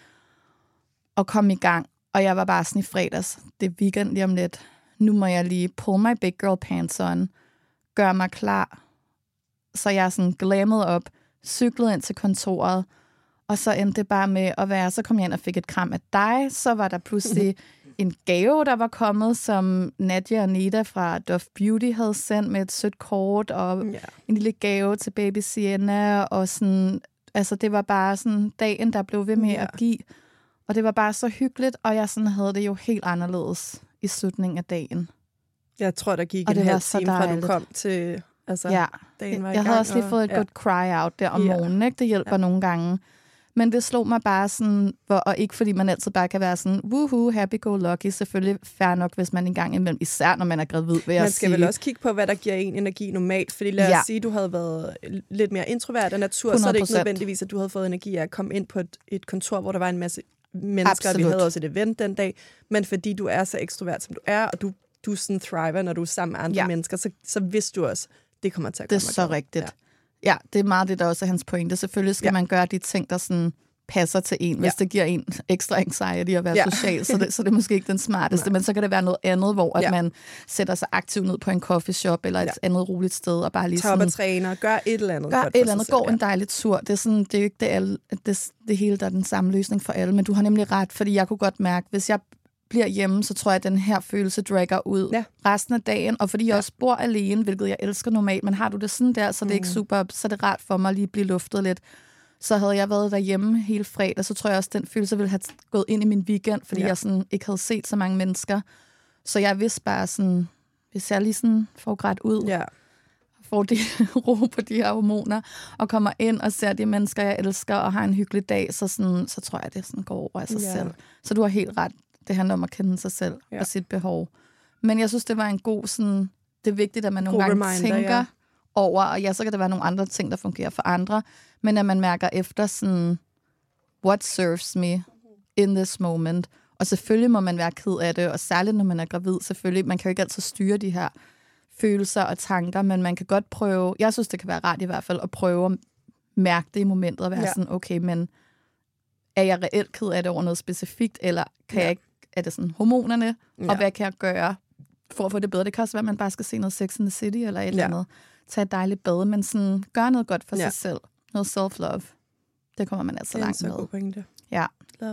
og komme i gang. Og jeg var bare sådan i fredags, det er weekend lige om lidt, nu må jeg lige pull my big girl pants on, gøre mig klar. Så jeg er sådan glammet op, cyklede ind til kontoret, og så endte det bare med at være, så kom jeg ind og fik et kram af dig, så var der pludselig en gave, der var kommet, som Nadia og Neda fra Dove Beauty havde sendt med et sødt kort, og yeah. en lille gave til baby Sienna, og sådan, altså det var bare sådan dagen, der blev ved med yeah. at give. Og det var bare så hyggeligt, og jeg sådan havde det jo helt anderledes i slutningen af dagen. Jeg tror, der gik og en halv time, fra du kom til altså, ja. dagen var jeg i gang. Jeg havde også lige fået et ja. godt cry-out der om ja. morgenen, ikke? Det hjælper ja. nogle gange. Men det slog mig bare sådan, hvor, og ikke fordi man altid bare kan være sådan, woohoo, happy-go-lucky, selvfølgelig fair nok, hvis man engang imellem, især når man er gravid, vil jeg Man skal sige. vel også kigge på, hvad der giver en energi normalt, fordi lad os ja. sige, du havde været lidt mere introvert af natur, hundrede procent. Så er det ikke nødvendigvis, at du havde fået energi af at komme ind på et, et kontor, hvor der var en masse mennesker, Absolut. Vi havde også et event den dag, men fordi du er så ekstrovert, som du er, og du, du sådan thriver, når du er sammen med andre ja. mennesker, så, så vidste du også, det kommer til at komme. Det er så rigtigt. Ja. Ja, det er meget det, der også er hans pointe. Selvfølgelig skal ja. man gøre de ting, der sådan passer til en, hvis ja. det giver en ekstra anxiety at være ja. social, så det, så det er måske ikke den smarteste, Nej. men så kan det være noget andet, hvor at ja. man sætter sig aktivt ned på en coffeeshop eller et ja. andet roligt sted og bare lige Tager sådan... træner, gør et eller andet. Gør et eller andet, gå ja. en dejlig tur. Det er, sådan, det er jo ikke det, alle, det, det hele, der er den samme løsning for alle, men du har nemlig ret, fordi jeg kunne godt mærke, hvis jeg bliver hjemme, så tror jeg, at den her følelse dragger ud ja. resten af dagen. Og fordi jeg ja. også bor alene, hvilket jeg elsker normalt, men har du det sådan der, så det er ikke super, så er det rart for mig at lige blive luftet lidt. Så havde jeg været derhjemme hele fredag, så tror jeg også, at den følelse ville have gået ind i min weekend, fordi ja. jeg sådan ikke havde set så mange mennesker. Så jeg vidste bare sådan, hvis jeg lige sådan får grædt ud, ja. får de ro på de her hormoner, og kommer ind og ser de mennesker, jeg elsker, og har en hyggelig dag, så, sådan, så tror jeg, at det sådan går over af sig ja. selv. Så du har helt ret. Det handler om at kende sig selv ja. og sit behov. Men jeg synes, det var en god sådan, det er vigtigt, at man nogle god gange reminder, tænker ja. over, og ja, så kan der være nogle andre ting, der fungerer for andre, men at man mærker efter sådan, what serves me in this moment. Og selvfølgelig må man være ked af det, og særligt når man er gravid, selvfølgelig. Man kan jo ikke altid styre de her følelser og tanker, men man kan godt prøve, jeg synes, det kan være rart i hvert fald, at prøve at mærke det i momentet, og være ja. sådan, okay, men er jeg reelt ked af det over noget specifikt, eller kan ja. jeg ikke, er det sådan hormonerne, ja. og hvad kan jeg gøre for at få det bedre? Det kan også være, at man bare skal se noget Sex and the City, eller et ja. eller andet. Tage et dejligt bad, men sådan, gør noget godt for ja. sig selv. Noget self-love. Det kommer man altså langt med. Pointe. Ja. Love.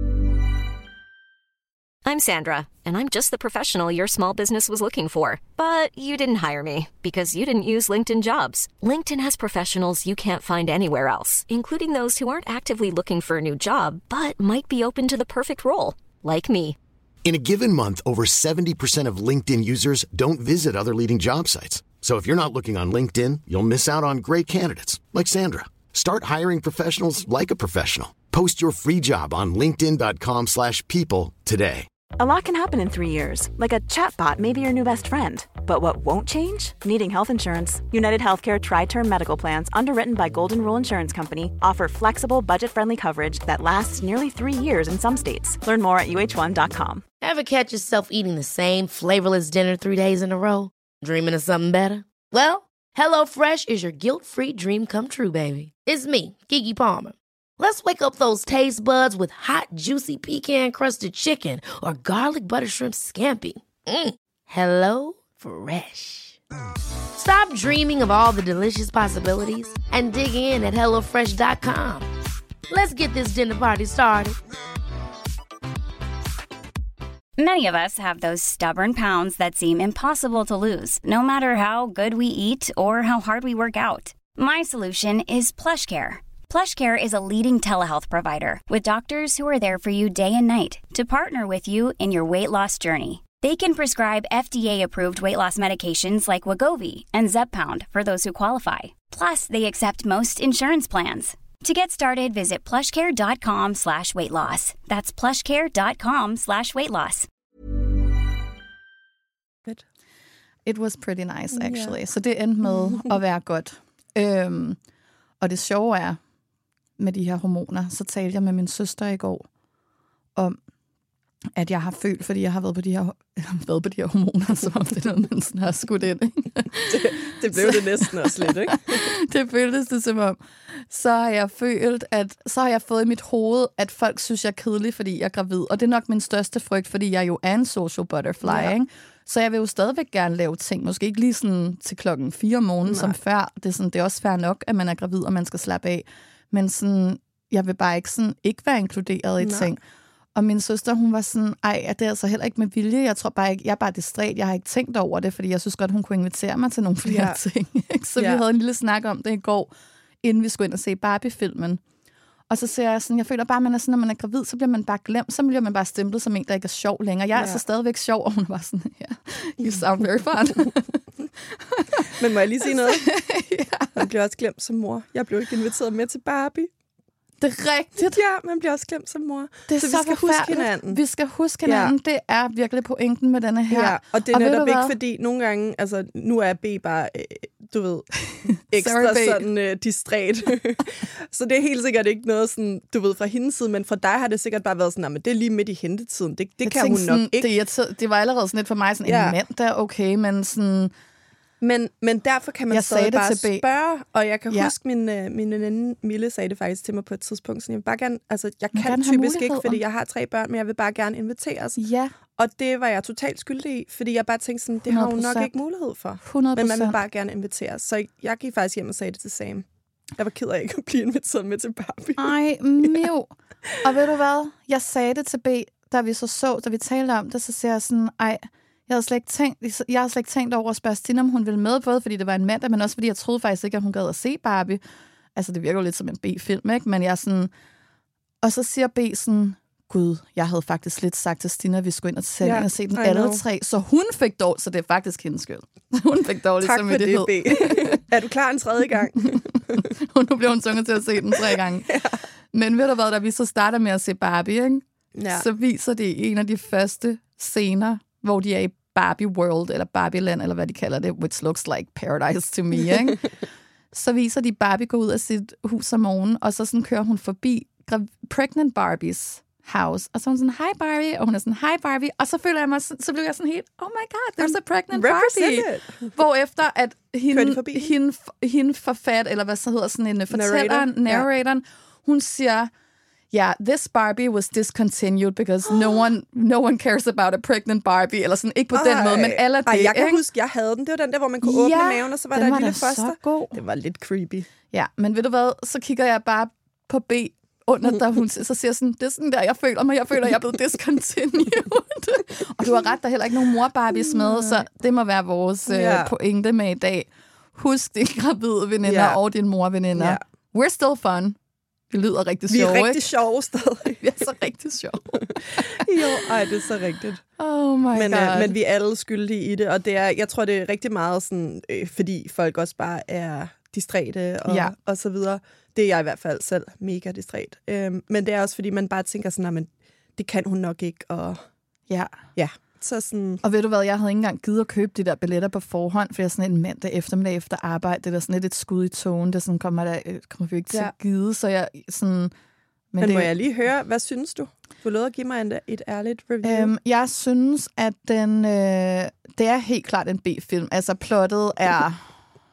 I'm Sandra, and I'm just the professional your small business was looking for. But you didn't hire me because you didn't use LinkedIn Jobs. LinkedIn has professionals you can't find anywhere else, including those who aren't actively looking for a new job, but might be open to the perfect role, like me. In a given month, over seventy percent of LinkedIn users don't visit other leading job sites. So if you're not looking on LinkedIn, you'll miss out on great candidates like Sandra. Start hiring professionals like a professional. Post your free job on linkedin dot com slash people today. A lot can happen in three years, like a chatbot may be your new best friend. But what won't change? Needing health insurance. United Healthcare Tri-Term Medical Plans, underwritten by Golden Rule Insurance Company, offer flexible, budget-friendly coverage that lasts nearly three years in some states. Learn more at U H one dot com. Ever catch yourself eating the same flavorless dinner three days in a row? Dreaming of something better? Well, HelloFresh is your guilt-free dream come true, baby. It's me, Keke Palmer. Let's wake up those taste buds with hot, juicy pecan-crusted chicken or garlic butter shrimp scampi. Mm. Hello Fresh. Stop dreaming of all the delicious possibilities and dig in at hello fresh dot com. Let's get this dinner party started. Many of us have those stubborn pounds that seem impossible to lose, no matter how good we eat or how hard we work out. My solution is PlushCare. PlushCare is a leading telehealth provider with doctors who are there for you day and night to partner with you in your weight loss journey. They can prescribe F D A-approved weight loss medications like Wegovy and Zepbound for those who qualify. Plus, they accept most insurance plans. To get started, visit plushcare.com slash weight loss. That's plushcare.com slash weight loss. It was pretty nice, actually. Yeah. Så det endte med at være godt. Øhm, og det sjove er, med de her hormoner, så talte jeg med min søster i går om, at jeg har følt, fordi jeg har været på de her, været på de her hormoner, som om det er noget, man sådan har skudt ind. det, det blev det næsten også lidt, ikke? Det føltes det som om. Så har jeg følt, at så har jeg fået i mit hoved, at folk synes, jeg er kedelig, fordi jeg er gravid. Og det er nok min største frygt, fordi jeg jo er en social butterfly, ja. ikke? Så jeg vil jo stadigvæk gerne lave ting. Måske ikke lige sådan til klokken fire om morgenen, som før. Det er, sådan, det er også fair nok, at man er gravid, og man skal slappe af. Men sådan, jeg vil bare ikke, sådan, ikke være inkluderet i Nej. ting. Og min søster, hun var sådan, ej, det er altså heller ikke med vilje. Jeg tror bare ikke, jeg er bare distræt. Jeg har ikke tænkt over det, fordi jeg synes godt, hun kunne invitere mig til nogle flere ja. ting. Så ja. vi havde en lille snak om det i går, inden vi skulle ind og se Barbie-filmen. Og så siger jeg sådan, jeg føler bare, at man er sådan, når man er gravid, så bliver man bare glemt, så bliver man bare stemplet som en, der ikke er sjov længere. Jeg er ja. altså stadigvæk sjov, og hun var sådan, ja, yeah, you sound very fun. Men må jeg lige sige noget? ja. Man bliver også glemt som mor. Jeg blev ikke inviteret med til Barbie. Det er rigtigt. Ja, man bliver også glemt som mor. Det er så, så vi skal huske hinanden. Vi skal huske hinanden. Ja. Det er virkelig pointen med denne her. Ja, og det er og netop ikke, fordi nogle gange, altså nu er B bare, øh, du ved, ekstra Sorry, sådan øh, distræt. Så det er helt sikkert ikke noget sådan, du ved, fra hendes side, men fra dig har det sikkert bare været sådan, men det er lige midt i hentetiden. Det, det kan hun sådan, nok ikke. Det, det var allerede sådan lidt for mig, sådan ja. en mand der, okay, men sådan... Men, men derfor kan man jeg stadig bare spørge, og jeg kan ja. huske, min, uh, min veninde Mille sagde det faktisk til mig på et tidspunkt, så jeg vil bare gerne, altså jeg kan, kan typisk ikke, fordi jeg har tre børn, men jeg vil bare gerne inviteres. Ja. Og det var jeg totalt skyldig i, fordi jeg bare tænkte sådan, det har hun nok ikke mulighed for. hundrede procent. Men man vil bare gerne inviteres. Så jeg gik faktisk hjem og sagde det til Sam. Jeg var ked af ikke at blive inviteret med til Barbie. Ej, miv. Og ved du hvad? Jeg sagde det til B, da vi så så, da vi talte om det, så siger jeg sådan, ej, jeg havde slet ikke tænkt, jeg havde slet ikke tænkt over at spørge Stine, om hun ville med, både fordi det var en mandag, men også fordi jeg troede faktisk ikke, at hun gad at se Barbie. Altså, det virker jo lidt som en B-film, ikke? Men jeg er sådan... Og så siger B sådan, gud, jeg havde faktisk lidt sagt til Stine, at vi skulle ind og sætte yeah, og se den alle tre, så hun fik dårligt, så det er faktisk hendes skyld. Hun fik dårligt samvittighed. Tak for det, B. Er du klar en tredje gang? Nu bliver hun tvunget til at se den tre gange. Ja. Men ved du hvad, da vi så starter med at se Barbie, ikke? Ja. Så viser det en af de første scener, hvor de er i Barbie World, eller Barbie Land, eller hvad de kalder det, which looks like paradise to me, ikke? Så viser de Barbie gå ud af sit hus om morgenen, og så sådan kører hun forbi Pregnant Barbies house. Og så er hun sådan, hi Barbie, og hun er sådan, hi Barbie. Og så føler jeg mig, så bliver jeg sådan helt, oh my god, there's a pregnant Barbie. Hvorefter at hende, hende, hende forfat, eller hvad så hedder sådan en fortælleren, narratoren, hun siger, yeah, this Barbie was discontinued because no one no one cares about a pregnant Barbie, eller sådan, ikke på Ej. den måde, men alle det, Ej, jeg kan ikke? huske, jeg havde den. Det var den der, hvor man kunne åbne ja, maven, og så var der et lille foster. Det var lidt creepy. Ja, men ved du hvad, så kigger jeg bare på B, under, der hun så siger sådan, det er sådan der, jeg føler mig, jeg føler, jeg er blevet discontinued. Og du har ret, der er heller ikke nogen mor-Barbies med, så det må være vores yeah. øh, pointe med i dag. Husk dine gravide veninder yeah. og dine morveninder. Yeah. We're still fun. Vi lyder rigtig sjove, Vi er rigtig ikke? sjove stadig. Vi er så rigtig sjove. Jo, ej, det er så rigtigt. Oh my men, god. Øh, men vi er alle skyldige i det, og det er, jeg tror, det er rigtig meget sådan, øh, fordi folk også bare er distræte og, ja. og så videre. Det er jeg i hvert fald selv mega distræt. Øhm, men det er også, fordi man bare tænker sådan, men det kan hun nok ikke, og ja. ja. Så sådan... Og ved du hvad, jeg havde ikke engang givet at købe de der billetter på forhånd, for jeg er sådan en mandag eftermiddag efter arbejde, det er der sådan lidt et skud i togen, det sådan kommer, der, kommer vi ikke til ja. at give, så jeg sådan... Men, men det... må jeg lige høre, hvad synes du? Du lovede at give mig en, et ærligt review. Øhm, jeg synes, at den, øh, det er helt klart en B-film. Altså, plottet er...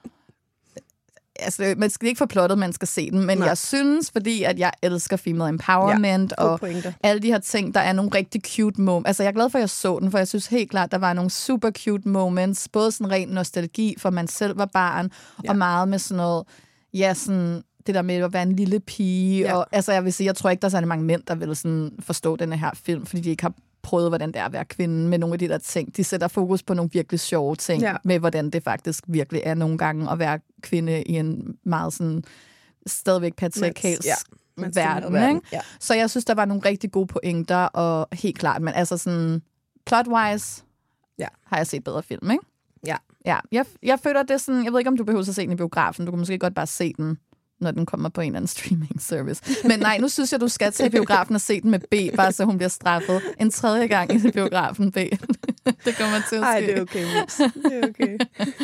Altså, man skal ikke få plottet, man skal se den, men Nej. jeg synes, fordi at jeg elsker female empowerment ja, og pointer. alle de her ting, der er nogle rigtig cute moments. Altså, jeg er glad for, at jeg så den, for jeg synes helt klart, der var nogle super cute moments, både sådan ren nostalgi, for man selv var barn, ja. og meget med sådan noget, ja, sådan det der med at være en lille pige. Ja. Og, altså, jeg vil sige, jeg tror ikke, der er så mange mænd, der vil sådan forstå denne her film, fordi de ikke har prøvet, hvordan det er at være kvinde med nogle af de der ting. De sætter fokus på nogle virkelig sjove ting, ja. med hvordan det faktisk virkelig er nogle gange at være kvinde i en meget sådan stadigvæk patriarkalsk ja. verden. verden. Ikke? Ja. Så jeg synes, der var nogle rigtig gode pointer, og helt klart, men altså sådan plot-wise ja. har jeg set bedre film, ikke? Ja. ja. Jeg, jeg føler, det er sådan, jeg ved ikke, om du behøver at se den i biografen. Du kan måske godt bare se den, når den kommer på en eller anden streaming service. Men nej, nu synes jeg, du skal tage biografen og se den med B, bare så hun bliver straffet en tredje gang i biografen B. Det kommer til at ske. Ej, det er okay, Mus. Det er okay.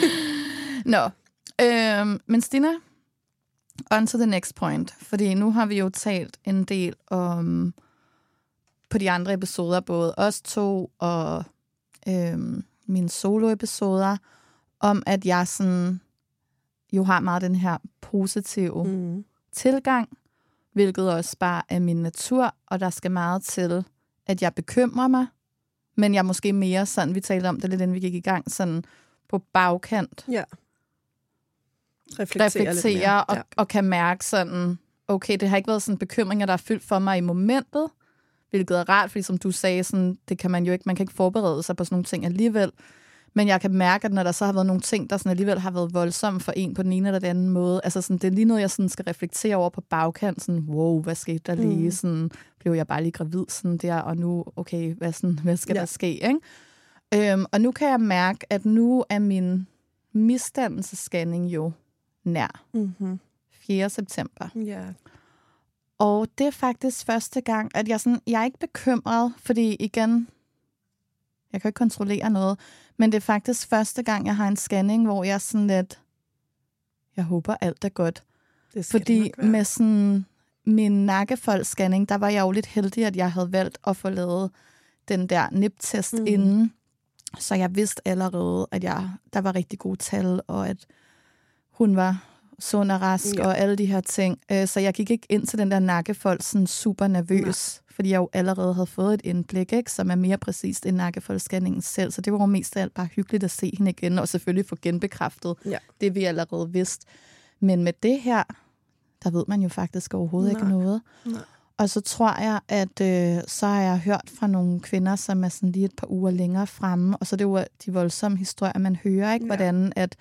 Nå, øhm, men Stina, on to the next point. Fordi nu har vi jo talt en del om på de andre episoder, både os to og øhm, mine solo-episoder, om at jeg sådan jo har meget den her positive mm. tilgang, hvilket også bare er min natur, og der skal meget til, at jeg bekymrer mig, men jeg er måske mere sådan, vi talte om det lidt, inden vi gik i gang, sådan på bagkant. Ja. Reflekterer, reflekterer og, ja. og kan mærke sådan, okay, det har ikke været sådan bekymringer, der er fyldt for mig i momentet, hvilket er rart, fordi som du sagde, sådan, det kan man jo ikke, man kan ikke forberede sig på sådan nogle ting alligevel. Men jeg kan mærke, at når der så har været nogle ting, der sådan alligevel har været voldsomme for en på den ene eller den anden måde, altså sådan, det er lige noget, jeg sådan skal reflektere over på bagkant, sådan, wow, hvad skete der lige? Mm. Sådan, blev jeg bare lige gravid sådan der, og nu, okay, hvad, sådan, hvad skal ja. der ske? Ikke? Øhm, og nu kan jeg mærke, at nu er min misdannelsesscanning jo nær. Mm-hmm. fjerde september. Yeah. Og det er faktisk første gang, at jeg sådan, jeg er ikke bekymret, fordi igen, jeg kan ikke kontrollere noget, men det er faktisk første gang, jeg har en scanning, hvor jeg sådan lidt, jeg håber alt er godt. Det fordi med sådan min nakkefold-scanning, der var jeg jo lidt heldig, at jeg havde valgt at få lavet den der N I P-test mm. inden. Så jeg vidste allerede, at jeg, der var rigtig gode tal, og at hun var sund og rask, ja. og alle de her ting. Så jeg gik ikke ind til den der nakkefold sådan super nervøs, Nej. fordi jeg jo allerede havde fået et indblik, ikke, som er mere præcist end nakkefold-scanningen selv. Så det var jo mest af alt bare hyggeligt at se hende igen, og selvfølgelig få genbekræftet ja. det, vi allerede vidste. Men med det her, der ved man jo faktisk overhovedet Nej. ikke noget. Nej. Og så tror jeg, at øh, så har jeg hørt fra nogle kvinder, som er sådan lige et par uger længere fremme, og så er det jo de voldsomme historier, man hører, ikke? Hvordan at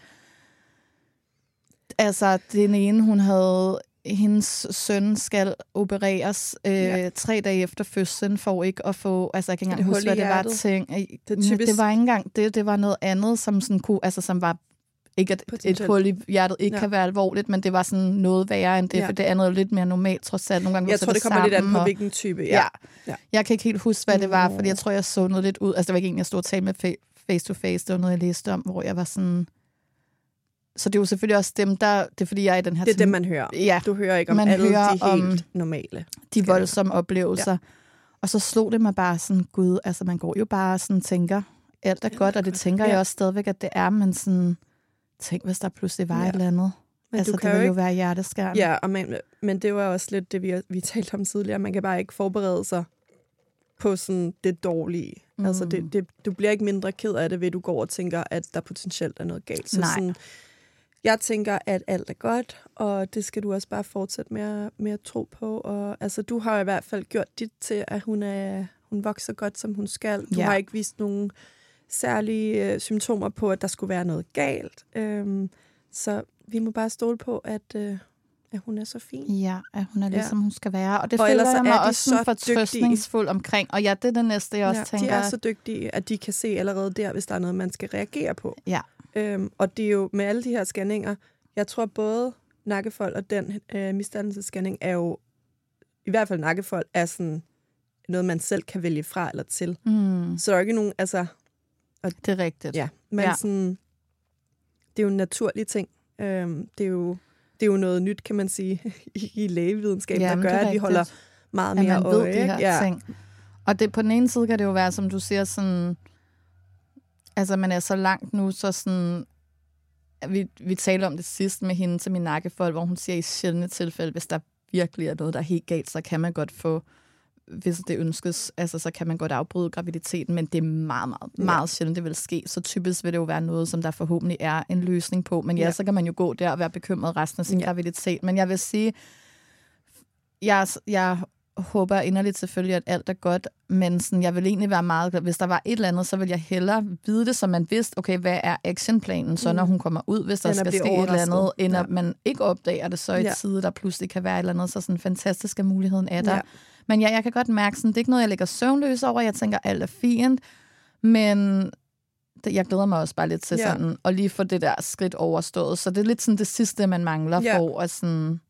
altså, den ene, hun havde, hendes søn skal opereres øh, ja. tre dage efter fødslen, for ikke at få, altså jeg kan ikke engang huske, hvad det var ting. Det, typisk... det var ikke engang det, det var noget andet, som sådan kunne, altså som var ikke at et hul i hjertet ikke ja. kan være alvorligt, men det var sådan noget værre end det, ja. for det andet er lidt mere normalt trods alt. Nogle gange jeg tror, det, det kommer sammen, lidt an på, og, hvilken type. Ja. Ja. ja. Jeg kan ikke helt huske, hvad det var, fordi jeg tror, jeg så noget lidt ud. Altså, det var ikke en, jeg stod og talte med face-to-face. Det var noget, jeg læste om, hvor jeg var sådan... Så det er jo selvfølgelig også dem, der... Det er fordi, jeg er i den her... Det er dem, man hører. Ja. Du hører ikke om man alle hører de helt om normale. De voldsomme oplevelser. Ja. Og så slog det mig bare sådan, gud, altså man går jo bare sådan tænker, alt er godt, og det tænker ja. jeg også stadigvæk, at det er, men sådan... Tænk, hvis der pludselig var ja. et eller andet. Men altså, det ville jo ikke... være hjerteskærende. Ja, og man, men det var også lidt det, vi, vi talte om tidligere. Man kan bare ikke forberede sig på sådan det dårlige. Mm. Altså, det, det, du bliver ikke mindre ked af det, ved du går og tænker, at der potentielt er noget galt. Så sådan, jeg tænker, at alt er godt, og det skal du også bare fortsætte med at, med at tro på. Og, altså, du har i hvert fald gjort dit til, at hun, er, hun vokser godt, som hun skal. Du ja. har ikke vist nogen særlige øh, symptomer på, at der skulle være noget galt. Øhm, så vi må bare stole på, at, øh, at hun er så fin. Ja, at hun er ligesom ja. hun skal være. Og det og føler jeg mig også sådan fortrøstningsfuld omkring. Og ja, det er det næste, jeg også ja, tænker. De er så dygtige, at de kan se allerede der, hvis der er noget, man skal reagere på. Ja. Øhm, og det er jo med alle de her scanninger, jeg tror både nakkefold og den øh, misdannelsesscanning er jo, i hvert fald nakkefold, er sådan noget, man selv kan vælge fra eller til. Mm. Så der er ikke nogen, altså... Og, det er rigtigt. Ja, men ja. sådan, det er jo en naturlig ting. Øhm, det, er jo, det er jo noget nyt, kan man sige, i, i lægevidenskab, ja, der gør, at vi holder meget mere at man øje. Ved de her ja. ting. Og det, på den ene side kan det jo være, som du siger, sådan, altså man er så langt nu, så sådan, vi, vi taler om det sidst med hende til min nakkefold, hvor hun siger, i sjældne tilfælde, hvis der virkelig er noget, der er helt galt, så kan man godt få, hvis det ønskes, altså så kan man godt afbryde graviditeten, men det er meget, meget, meget ja. sjældent, det vil ske. Så typisk vil det jo være noget, som der forhåbentlig er en løsning på. Men ja, ja så kan man jo gå der og være bekymret resten af sin ja. graviditet. Men jeg vil sige, jeg, jeg håber inderligt selvfølgelig, at alt er godt, men sådan, jeg vil egentlig være meget glad. Hvis der var et eller andet, så vil jeg hellere vide det, så man vidste, okay, hvad er actionplanen, så når hun kommer ud, hvis der skal ske et eller andet, end ja. at man ikke opdager det så i ja. tide, der pludselig kan være et eller andet, så sådan fantastisk, at muligheden er der. Ja. Men ja, jeg kan godt mærke, sådan, det er ikke noget, jeg ligger søvnløs over. Jeg tænker, alt er fint. Men det, jeg glæder mig også bare lidt til ja. sådan, at lige få det der skridt overstået. Så det er lidt sådan det sidste, man mangler ja. for at sådan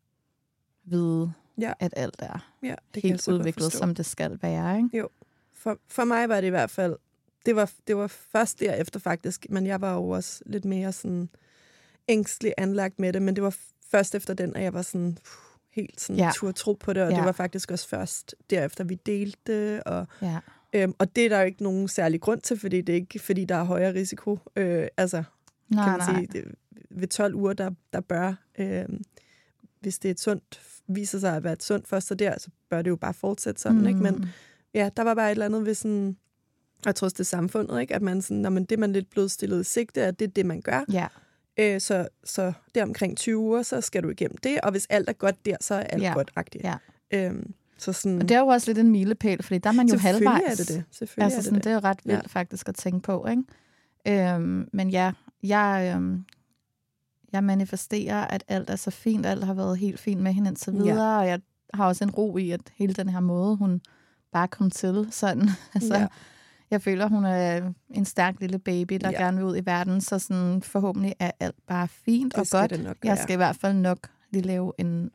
vide, ja. at alt er ja, det helt udviklet, som det skal være. Ikke? Jo. For, for mig var det i hvert fald, det var, det var først derefter faktisk, men jeg var jo også lidt mere sådan ængstelig anlagt med det, men det var først efter den, at jeg var sådan... helt sådan ja. tur tro på det, og ja. det var faktisk også først derefter, vi delte det, og, ja. øhm, og det er der jo ikke nogen særlig grund til, fordi det er ikke, fordi der er højere risiko. Øh, altså, nej, kan man nej. sige, det, ved tolv uger, der, der bør, øh, hvis det er et sundt, viser sig at være et sundt foster der, så bør det jo bare fortsætte sådan, mm. ikke? Men ja, der var bare et eller andet ved sådan, jeg tror også det er samfundet, ikke? At man sådan, når man, det man lidt blodstillet i sigte, at det er det, man gør. Ja. Så, så der omkring tyve uger, så skal du igennem det, og hvis alt er godt der, så er alt ja. godt-agtigt. Ja. Øhm, så sådan... Og det er jo også lidt en milepæl, fordi der er man jo halvvejs. Selvfølgelig er det det. Selvfølgelig altså, er det, sådan, det. det er jo ret vildt ja. faktisk at tænke på, ikke? Øhm, men ja, jeg, øhm, jeg manifesterer, at alt er så fint, alt har været helt fint med hende indtil videre, ja. og jeg har også en ro i, at hele den her måde, hun bare kom til, sådan, altså... Ja. Jeg føler, hun er en stærk lille baby, der ja. gerne vil ud i verden, så sådan, forhåbentlig er alt bare fint det og godt. Nok, jeg skal i hvert fald nok lige lave en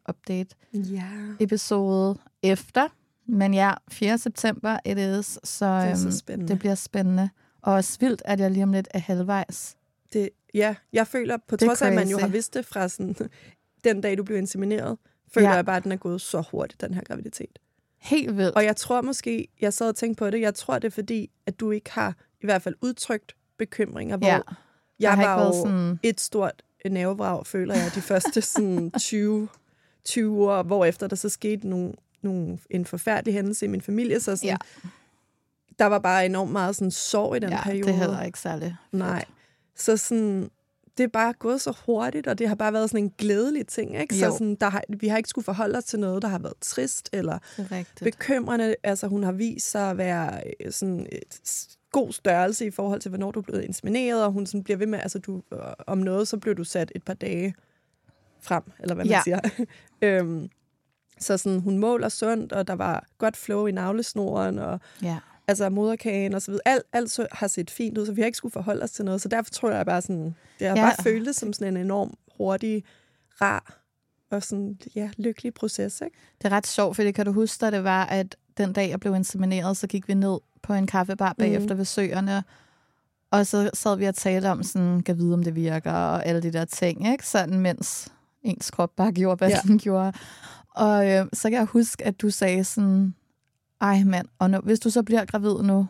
update-episode ja. efter. Men ja, fjerde september it is, så, det, øhm, så det bliver spændende. Og også vildt, at jeg lige om lidt er halvvejs. Det, ja, jeg føler, på trods af, at man jo har vidst det fra sådan, den dag, du blev insemineret, føler ja. jeg bare, at den er gået så hurtigt, den her graviditet. Helt vildt. Og jeg tror måske, jeg sad og tænkte på det, jeg tror det er fordi, at du ikke har i hvert fald udtrykt bekymringer, hvor ja. jeg var jo sådan... et stort nervevrag, føler jeg, de første sådan tyve, tyve år, hvorefter der så skete nogle, nogle, en forfærdelig hændelse i min familie, så sådan, ja. der var bare enormt meget sådan sorg i den ja, periode. det hedder ikke særlig fedt. Nej, så sådan, det er bare gået så hurtigt, og det har bare været sådan en glædelig ting, ikke? Så sådan, der har, vi har ikke skulle forholde os til noget, der har været trist eller bekymrende. Altså, hun har vist sig at være sådan et god størrelse i forhold til, hvornår du er blevet insemineret, og hun sådan bliver ved med, altså du, om noget, så bliver du sat et par dage frem, eller hvad man ja. siger. øhm, så sådan, hun måler sundt, og der var godt flow i navlesnoren, og ja. altså moderkagen og så videre. Alt, alt så har set fint ud, så vi har ikke skulle forholde os til noget. Så derfor tror jeg bare sådan, det har ja. bare føltes som sådan en enorm hurtig, rar og sådan, ja, lykkelig proces, ikke? Det er ret sjovt, fordi kan du huske, at det var, at den dag, jeg blev insemineret, så gik vi ned på en kaffebar bagefter mm. ved Søerne, og så sad vi og talte om sådan, kan vide, om det virker, og alle de der ting, ikke? Sådan, mens ens krop bare gjorde, hvad ja. den gjorde. Og øh, så kan jeg huske, at du sagde sådan, ej mand, og nu, hvis du så bliver gravid nu,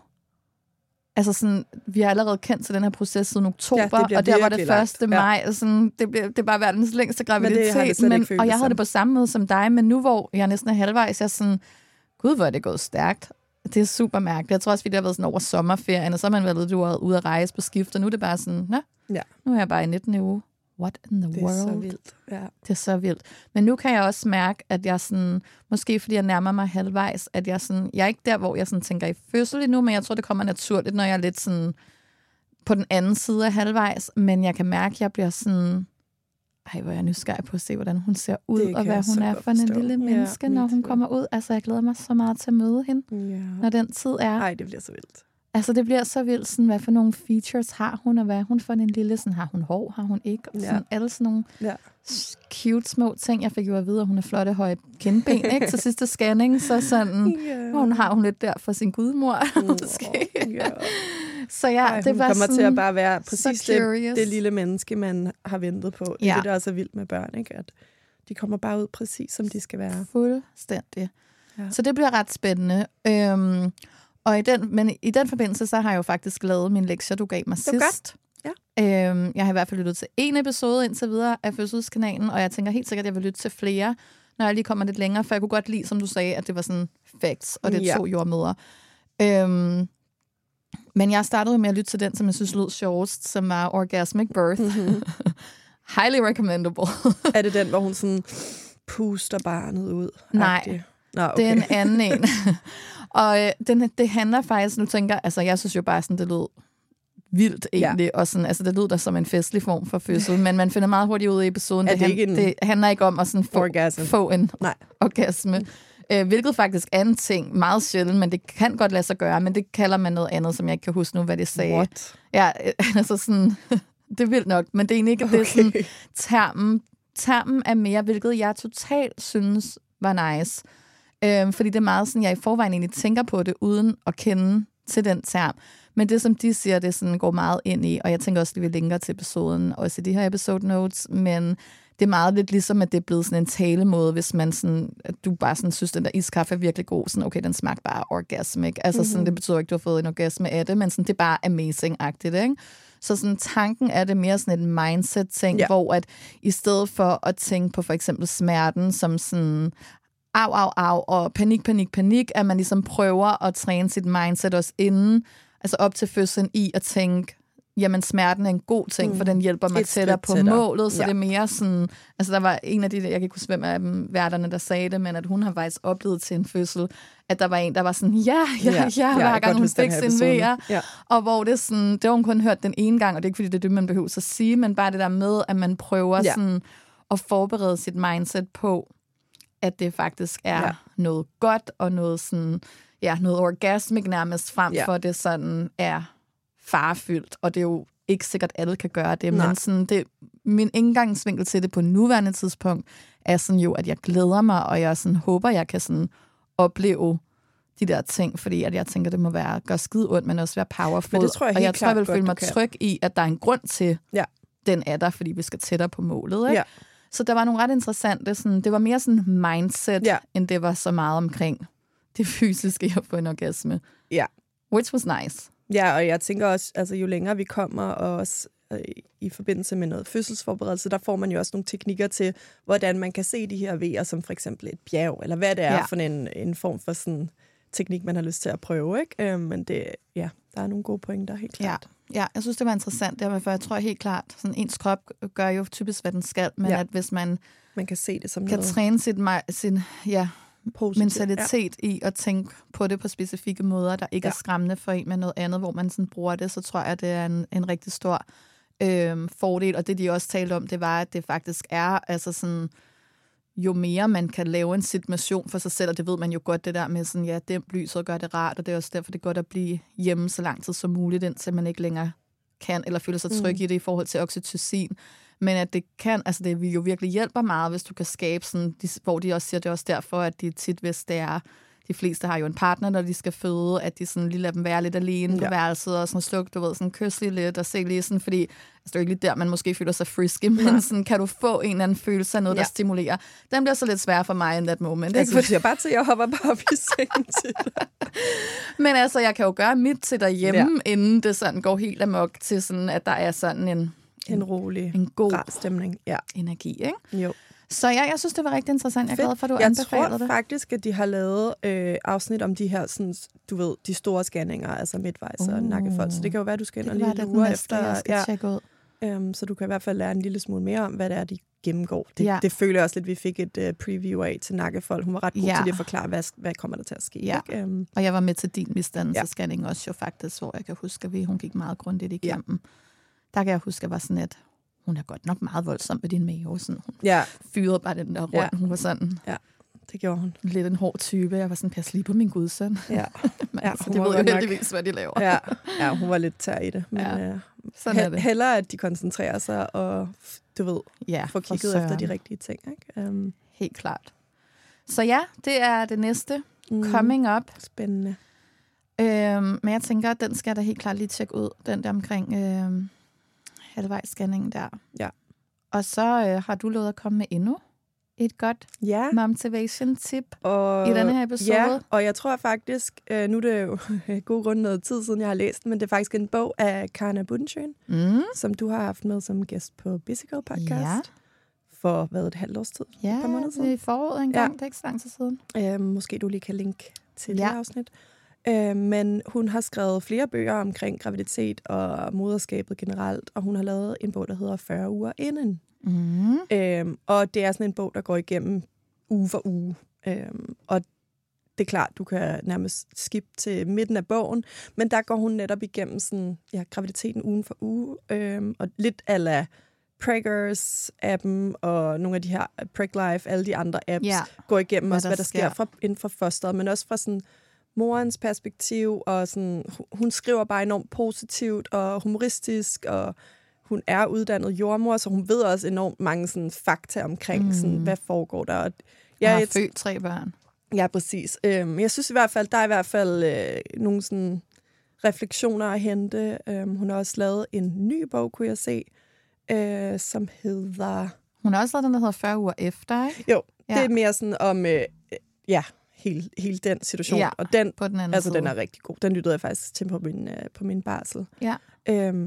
altså sådan, vi har allerede kendt til den her proces siden oktober, ja, og der var det første maj, og sådan, det, bliver, det er bare verdens længste graviditet, men det det men, og jeg havde det på samme måde som dig, men nu hvor jeg næsten er halvvejs, jeg er sådan, gud, hvor er det gået stærkt. Det er super mærkeligt. Jeg tror også, vi har været sådan over sommerferien, og så har man været du ude at rejse på skift, og nu er det bare sådan, nå, ja. nu er jeg bare i nittende uge. What in the det world? Det er så vildt. Ja. Det er så vildt. Men nu kan jeg også mærke, at jeg sådan, måske fordi jeg nærmer mig halvvejs, at jeg sådan, jeg er ikke der, hvor jeg sådan tænker i fødsel endnu, men jeg tror, det kommer naturligt, når jeg er lidt sådan på den anden side af halvvejs, men jeg kan mærke, at jeg bliver sådan, ej, hvor er jeg nysgerrig på at se, hvordan hun ser ud, og hvad hun er for en lille menneske, ja, når hun kommer ud. Altså, jeg glæder mig så meget til at møde hende, ja. når den tid er. Ej, det bliver så vildt. Altså, det bliver så vildt, sådan, hvad for nogle features har hun, og hvad er hun for en lille, sådan, har hun hår, har hun ikke, og sådan, ja. alle sådan nogle ja. cute små ting. Jeg fik jo at vide, at hun er flotte høje kindben, ikke, til sidste scanning, så sådan, yeah. hun har hun lidt der for sin gudmor, oh, måske. Yeah. Så ja, Ej, det var kommer sådan, til at bare være præcis det, det lille menneske, man har ventet på. Det er ja. det, der er så vildt med børn, ikke, at de kommer bare ud præcis, som de skal være. Fuldstændig. Ja. Så det bliver ret spændende. Øhm, Og i den, men i den forbindelse, så har jeg jo faktisk lavet min lektier, du gav mig det sidst. Ja. Øhm, jeg har i hvert fald lyttet til en episode indtil videre af Fødselskanalen, og jeg tænker helt sikkert, at jeg vil lytte til flere, når jeg lige kommer lidt længere, for jeg kunne godt lide, som du sagde, at det var sådan facts, og det er ja. to jordmødre. Øhm, men jeg startede med at lytte til den, som jeg synes lød sjovest, som var Orgasmic Birth. Mm-hmm. Highly recommendable. Er det den, hvor hun sådan puster barnet ud? Nej. Nå, okay. Det er en anden en. Og øh, den, det handler faktisk, nu tænker altså jeg synes jo bare sådan, det lød vildt egentlig, ja. og sådan, altså det lød der som en festlig form for fødsel, men man finder meget hurtigt ud i episoden, det, det, han, en... det handler ikke om at sådan få, få en Nej. orgasme. Mm. Øh, hvilket faktisk er en ting, meget sjældent, men det kan godt lade sig gøre, men det kalder man noget andet, som jeg ikke kan huske nu, hvad det sagde. What? Ja, altså sådan, det er vildt nok, men det er egentlig ikke okay. det sådan, termen, termen er mere, hvilket jeg totalt synes var nice. Øhm, fordi det er meget sådan, jeg i forvejen egentlig tænker på det, uden at kende til den term. Men det, som de siger, det sådan går meget ind i, og jeg tænker også, at vi linker til episoden, også i de her episode notes, men det er meget lidt ligesom, at det er blevet sådan en talemåde, hvis man sådan, at du bare sådan synes, at den der iskaffe er virkelig god, sådan, okay, den smagte bare orgasmic. Altså mm-hmm. sådan, det betyder ikke, at du har fået en orgasme af det, men sådan, det er bare amazing-agtigt, ikke? Så sådan, tanken er det mere sådan et mindset-ting, ja. hvor at i stedet for at tænke på for eksempel smerten, som sådan au, au, au, og panik, panik, panik, at man ligesom prøver at træne sit mindset også inden, altså op til fødslen i at tænke, jamen smerten er en god ting, mm. for den hjælper mig tættere på tættere. målet, så ja. det er mere sådan, altså der var en af de, jeg kan ikke huske, hvem af dem værterne, der sagde det, men at hun har faktisk oplevet til en fødsel, at der var en, der var sådan, ja, ja, ja, ja hver gang hun fik sin V R, ja. og hvor det sådan, det har hun kun hørt den ene gang, og det er ikke fordi, det er det, man behøver at sige, men bare det der med, at man prøver ja. sådan at forberede sit mindset på, at det faktisk er ja. noget godt, og noget sådan, ja, noget orgasmic nærmest, frem ja. for det sådan er farefyldt, og det er jo ikke sikkert, at alle kan gøre det, Nej. men sådan, det, min indgangsvinkel til det på nuværende tidspunkt er sådan jo, at jeg glæder mig, og jeg sådan håber, jeg kan sådan opleve de der ting, fordi at jeg tænker, det må være gøre skide ondt, men også være powerful. Men det tror jeg og jeg tror, jeg vil føle mig tryg i, at der er en grund til, ja. den er der, fordi vi skal tættere på målet. Ikke? Ja. Så der var nogle ret interessante, sådan, det var mere sådan mindset, ja. end det var så meget omkring det fysiske at få en orgasme. Ja. Which was nice. Ja, og jeg tænker også, altså jo længere vi kommer, og også øh, i forbindelse med noget fødselsforberedelse, der får man jo også nogle teknikker til, hvordan man kan se de her vejer, som for eksempel et bjerg, eller hvad det er ja. for en, en form for sådan teknik, man har lyst til at prøve, ikke? Øh, men det, ja, der er nogle gode pointer, helt klart. Ja, jeg synes, det var interessant. Det var, jeg tror helt klart, sådan ens krop gør jo typisk, hvad den skal, men ja. at hvis man, man kan se det som kan noget træne sin, sin ja, positivt, mentalitet ja. i at tænke på det på specifikke måder, der ikke ja. er skræmmende for en med noget andet, hvor man sådan bruger det, så tror jeg, det er en, en rigtig stor øh, fordel. Og det, de også talte om, det var, at det faktisk er, altså sådan, jo mere man kan lave en situation for sig selv, og det ved man jo godt, det der med sådan, ja, dæmp lyset gør det rart, og det er også derfor, det er godt at blive hjemme så lang tid som muligt, indtil man ikke længere kan, eller føler sig tryg mm. i det i forhold til oxytocin. Men at det kan, altså det jo virkelig hjælper meget, hvis du kan skabe sådan, hvor de også siger, det er også derfor, at de tit, hvis det er, de fleste har jo en partner, når de skal føde, at de sådan lige lader dem være lidt alene på ja. værelset, og sådan slukke, du ved, sådan kysse lige lidt, og se lige sådan, fordi altså, det er jo ikke lige der, man måske føler sig frisky, men ja. sådan, kan du få en eller anden følelse af noget, ja. der stimulerer. Den bliver så lidt svær for mig in that moment. Altså, ikke? Jeg bare til, jeg hopper bare op i sengen til dig. Men altså, jeg kan jo gøre mit til derhjemme, ja. inden det sådan går helt amok til sådan, at der er sådan en en rolig, en god rar stemning. Ja. Energi, ikke? Jo. Så ja, jeg synes, det var rigtig interessant. Jeg er glad for, at du jeg anbefalede det. Jeg tror faktisk, at de har lavet øh, afsnit om de her, sådan, du ved, de store scanninger, altså midtvejs uh, og nakkefold. Så det kan jo være, du skal ind og lige lure efter. Jeg skal ja. tjekke ud. Um, så du kan i hvert fald lære en lille smule mere om, hvad det er, de gennemgår. Det, ja. det føler jeg også lidt, vi fik et uh, preview af til nakkefold. Hun var ret god ja. til at forklare, hvad, hvad kommer der til at ske. Ja. Ikke? Um, og jeg var med til din misdannelsesscanning ja. også jo faktisk, hvor jeg kan huske, at vi, hun gik meget grundigt igennem. Ja. Der kan jeg huske, at jeg var sådan et, hun er godt nok meget voldsom med din mave. Sådan, hun ja. fyrede bare den der rundt. Ja. Hun var sådan... Ja. Det gjorde hun. Lidt en hård type. Jeg var sådan, pas lige på min gudsøn. Ja. Men, ja altså, det ved jo heldigvis, hvad de laver. Ja. ja, hun var lidt tær i det. Men ja. øh, sådan he- er det. Hellere, at de koncentrerer sig og, du ved, ja, får kigget efter de rigtige ting. Ikke? Um. Helt klart. Så ja, det er det næste. Mm. Coming up. Spændende. Øhm, men jeg tænker, at den skal jeg da helt klart lige tjekke ud. Den der omkring øhm, halvvejsscanningen der. Ja. Og så øh, har du lovet at komme med endnu et godt ja. motivation-tip og, i denne her episode. Ja, og jeg tror faktisk, øh, nu er det jo god grund noget tid siden, jeg har læst den, men det er faktisk en bog af Karna Budensjøen, mm. som du har haft med som gæst på Bicycle Podcast ja. for, hvad, et halvt års tid? Ja, et par måneder siden. Det er i foråret engang, ja. Det er ikke så lang tid siden. Øh, måske du lige kan linke til ja. det afsnit. Øh, men hun har skrevet flere bøger omkring graviditet og moderskabet generelt, og hun har lavet en bog, der hedder fyrre uger inden. Mm. Øhm, og det er sådan en bog, der går igennem uge for uge. Øhm, og det er klart, du kan nærmest skippe til midten af bogen, men der går hun netop igennem sådan, ja, graviditeten ugen for uge, øhm, og lidt a la Preggers-appen og nogle af de her PregLife, alle de andre apps, ja. går igennem hvad også, der hvad der sker, sker fra, inden for fosteret, men også fra sådan morens perspektiv, og sådan, hun skriver bare enormt positivt og humoristisk, og hun er uddannet jordmor, så hun ved også enormt mange sådan, fakta omkring, mm. sådan, hvad foregår der. Jeg har et, født tre børn. Ja, præcis. Øhm, jeg synes i hvert fald, der er i hvert fald øh, nogle sådan, refleksioner at hente. Øhm, hun har også lavet en ny bog, kunne jeg se, øh, som hedder... Hun har også lavet den, der hedder fyrre uger efter, ikke? Jo, ja. Det er mere sådan om... Øh, ja, hele, hele den situation. Ja, og den, på den anden altså, side. Den er rigtig god. Den lyttede jeg faktisk til på min, øh, på min barsel. Ja. Øhm,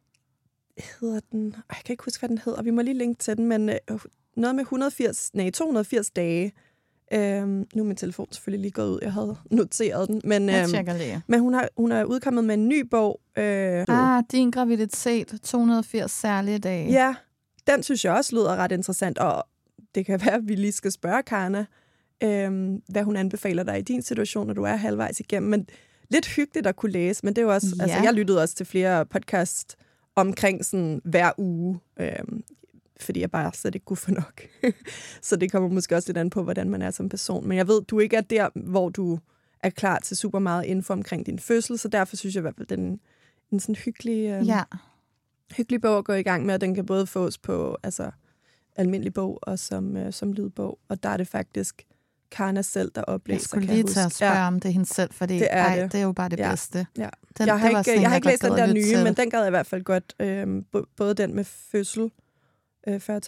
hedder den... Jeg kan ikke huske, hvad den hedder. Vi må lige linke til den, men øh, noget med hundrede og firs, nej, to hundrede og firs dage. Øhm, nu er min telefon selvfølgelig lige gået ud. Jeg havde noteret den. Men, jeg tjekker lige. Men hun, har, hun er udkommet med en ny bog. Øh, ah, din graviditet. to hundrede og firs særlige dage. Ja, den synes jeg også lyder ret interessant. Og det kan være, at vi lige skal spørge Karna, øh, hvad hun anbefaler dig i din situation, når du er halvvejs igennem. Men lidt hyggeligt at kunne læse. Men det er jo også... Ja. Altså, jeg lyttede også til flere podcast omkring sådan hver uge. Øh, fordi jeg bare slet ikke kunne få nok. Så det kommer måske også lidt an på, hvordan man er som person. Men jeg ved, du ikke er der, hvor du er klar til super meget info omkring din fødsel, så derfor synes jeg i hvert fald, den en sådan hyggelig, øh, ja. hyggelig bog at gå i gang med, og den kan både fås på altså, almindelig bog og som, øh, som lydbog. Og der er det faktisk Karna selv, der oplæser. Jeg skulle lige tage at spørge ja. om det hende selv, fordi det er, ej, det. det er jo bare det ja. bedste. Ja. Den, jeg har ikke, sådan, jeg har ikke læst den der nye, til. men den gad jeg i hvert fald godt. Øh, både den med fødsel, øh, fyrre ting,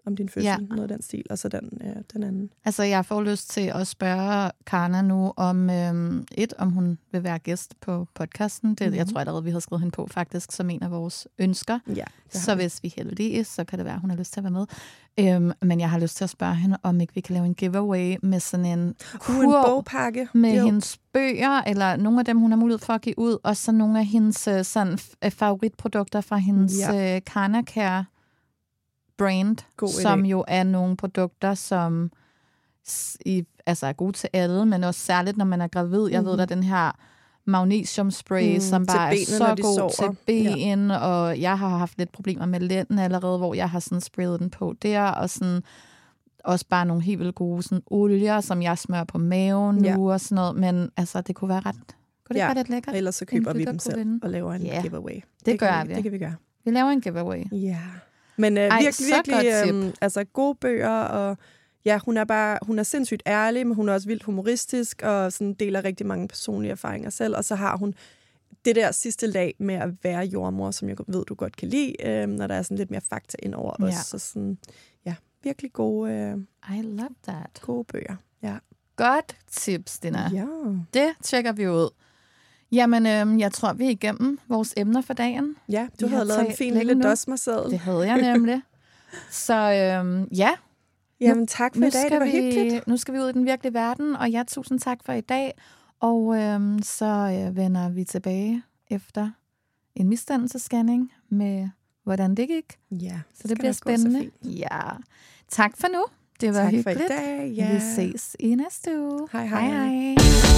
om din fødsel, Ja. noget af den stil, og så den, øh, den anden. Altså, jeg får lyst til at spørge Karna nu om, øhm, et, om hun vil være gæst på podcasten. Det, mm-hmm. Jeg tror allerede, vi har skrevet hende på faktisk som en af vores ønsker. Ja, så vi. hvis vi er heldige, så kan det være, at hun har lyst til at være med. Øhm, men jeg har lyst til at spørge hende, om ikke vi kan lave en giveaway med sådan en Uh, en bogpakke. med jo. hendes bøger, eller nogle af dem, hun har mulighed for at give ud, og så nogle af hendes øh, sådan, f- favoritprodukter fra hendes Ja. øh, Karna Care brand, God som idé. jo er nogle produkter, som s- i, altså er gode til alle, men også særligt, når man er gravid. Jeg mm-hmm. ved, der er den her magnesiumspray, Mm, som til bare er benene, så når de god sover. til ben, ja. Og jeg har haft lidt problemer med lænden allerede, hvor jeg har sådan sprayet den på der, og sådan også bare nogle helt vildt gode sådan olier, som jeg smører på maven nu Ja. og sådan noget, men altså, det kunne være ret, kunne det Ja. være lidt lækkert? Ellers så køber En vi lytter dem kunne selv vinde. og laver en Ja, giveaway. det, Det gør kan vi, vi. det kan vi gøre. Vi laver en giveaway. Ja. Men øh, Ej, virkelig, så virkelig godt øhm, altså, gode bøger, og ja, hun er bare hun er sindssygt ærlig, men hun er også vildt humoristisk, og sådan deler rigtig mange personlige erfaringer selv, og så har hun det der sidste lag med at være jordmor, som jeg ved, du godt kan lide, øh, når der er sådan lidt mere fakta ind over Ja. os. Så sådan, ja, virkelig gode, øh, I love that. gode bøger. Ja. Godt tips, Dina. Ja. Det tjekker vi ud. Jamen, øhm, jeg tror, vi er igennem vores emner for dagen. Ja, du Vi har havde lavet en talt fin længe lille nu. dosmerseddel. Det havde jeg nemlig. Så øhm, ja, Jamen tak for nu i dag, det skal, var vi, hyggeligt. nu skal vi ud i den virkelige verden, og ja, tusind tak for i dag. Og øhm, så øh, vender vi tilbage efter en misdannelsesscanning med, hvordan det gik. Ja, Så det bliver spændende. Ja. Tak for nu. Det var Tak for i hyggeligt. dag, ja. Vi ses i næste uge. Hej, hej. hej, hej.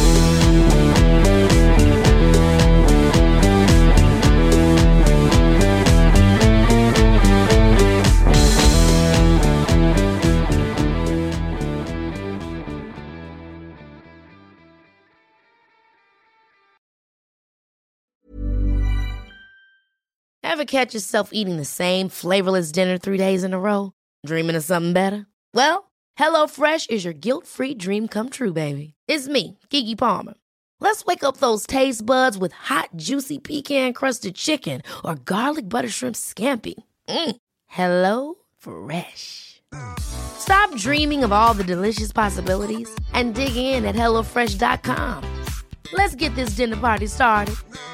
Ever catch yourself eating the same flavorless dinner three days in a row? Dreaming of something better? Well, HelloFresh is your guilt-free dream come true, baby. It's me, Keke Palmer. Let's wake up those taste buds with hot, juicy pecan-crusted chicken or garlic butter shrimp scampi. Mm. Hello Fresh. Stop dreaming of all the delicious possibilities and dig in at hello fresh dot com. Let's get this dinner party started.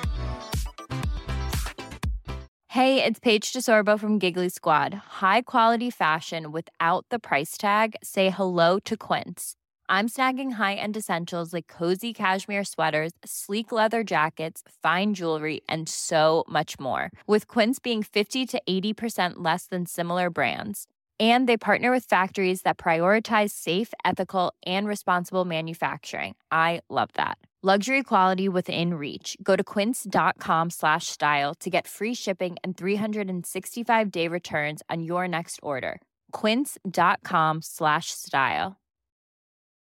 Hey, it's Paige DeSorbo from Giggly Squad. High quality fashion without the price tag. Say hello to Quince. I'm snagging high-end essentials like cozy cashmere sweaters, sleek leather jackets, fine jewelry, and so much more. With Quince being fifty to eighty percent less than similar brands. And they partner with factories that prioritize safe, ethical, and responsible manufacturing. I love that. Luxury quality within reach. Go to quince.com slash style to get free shipping and three sixty-five day returns on your next order. Quince.com slash style.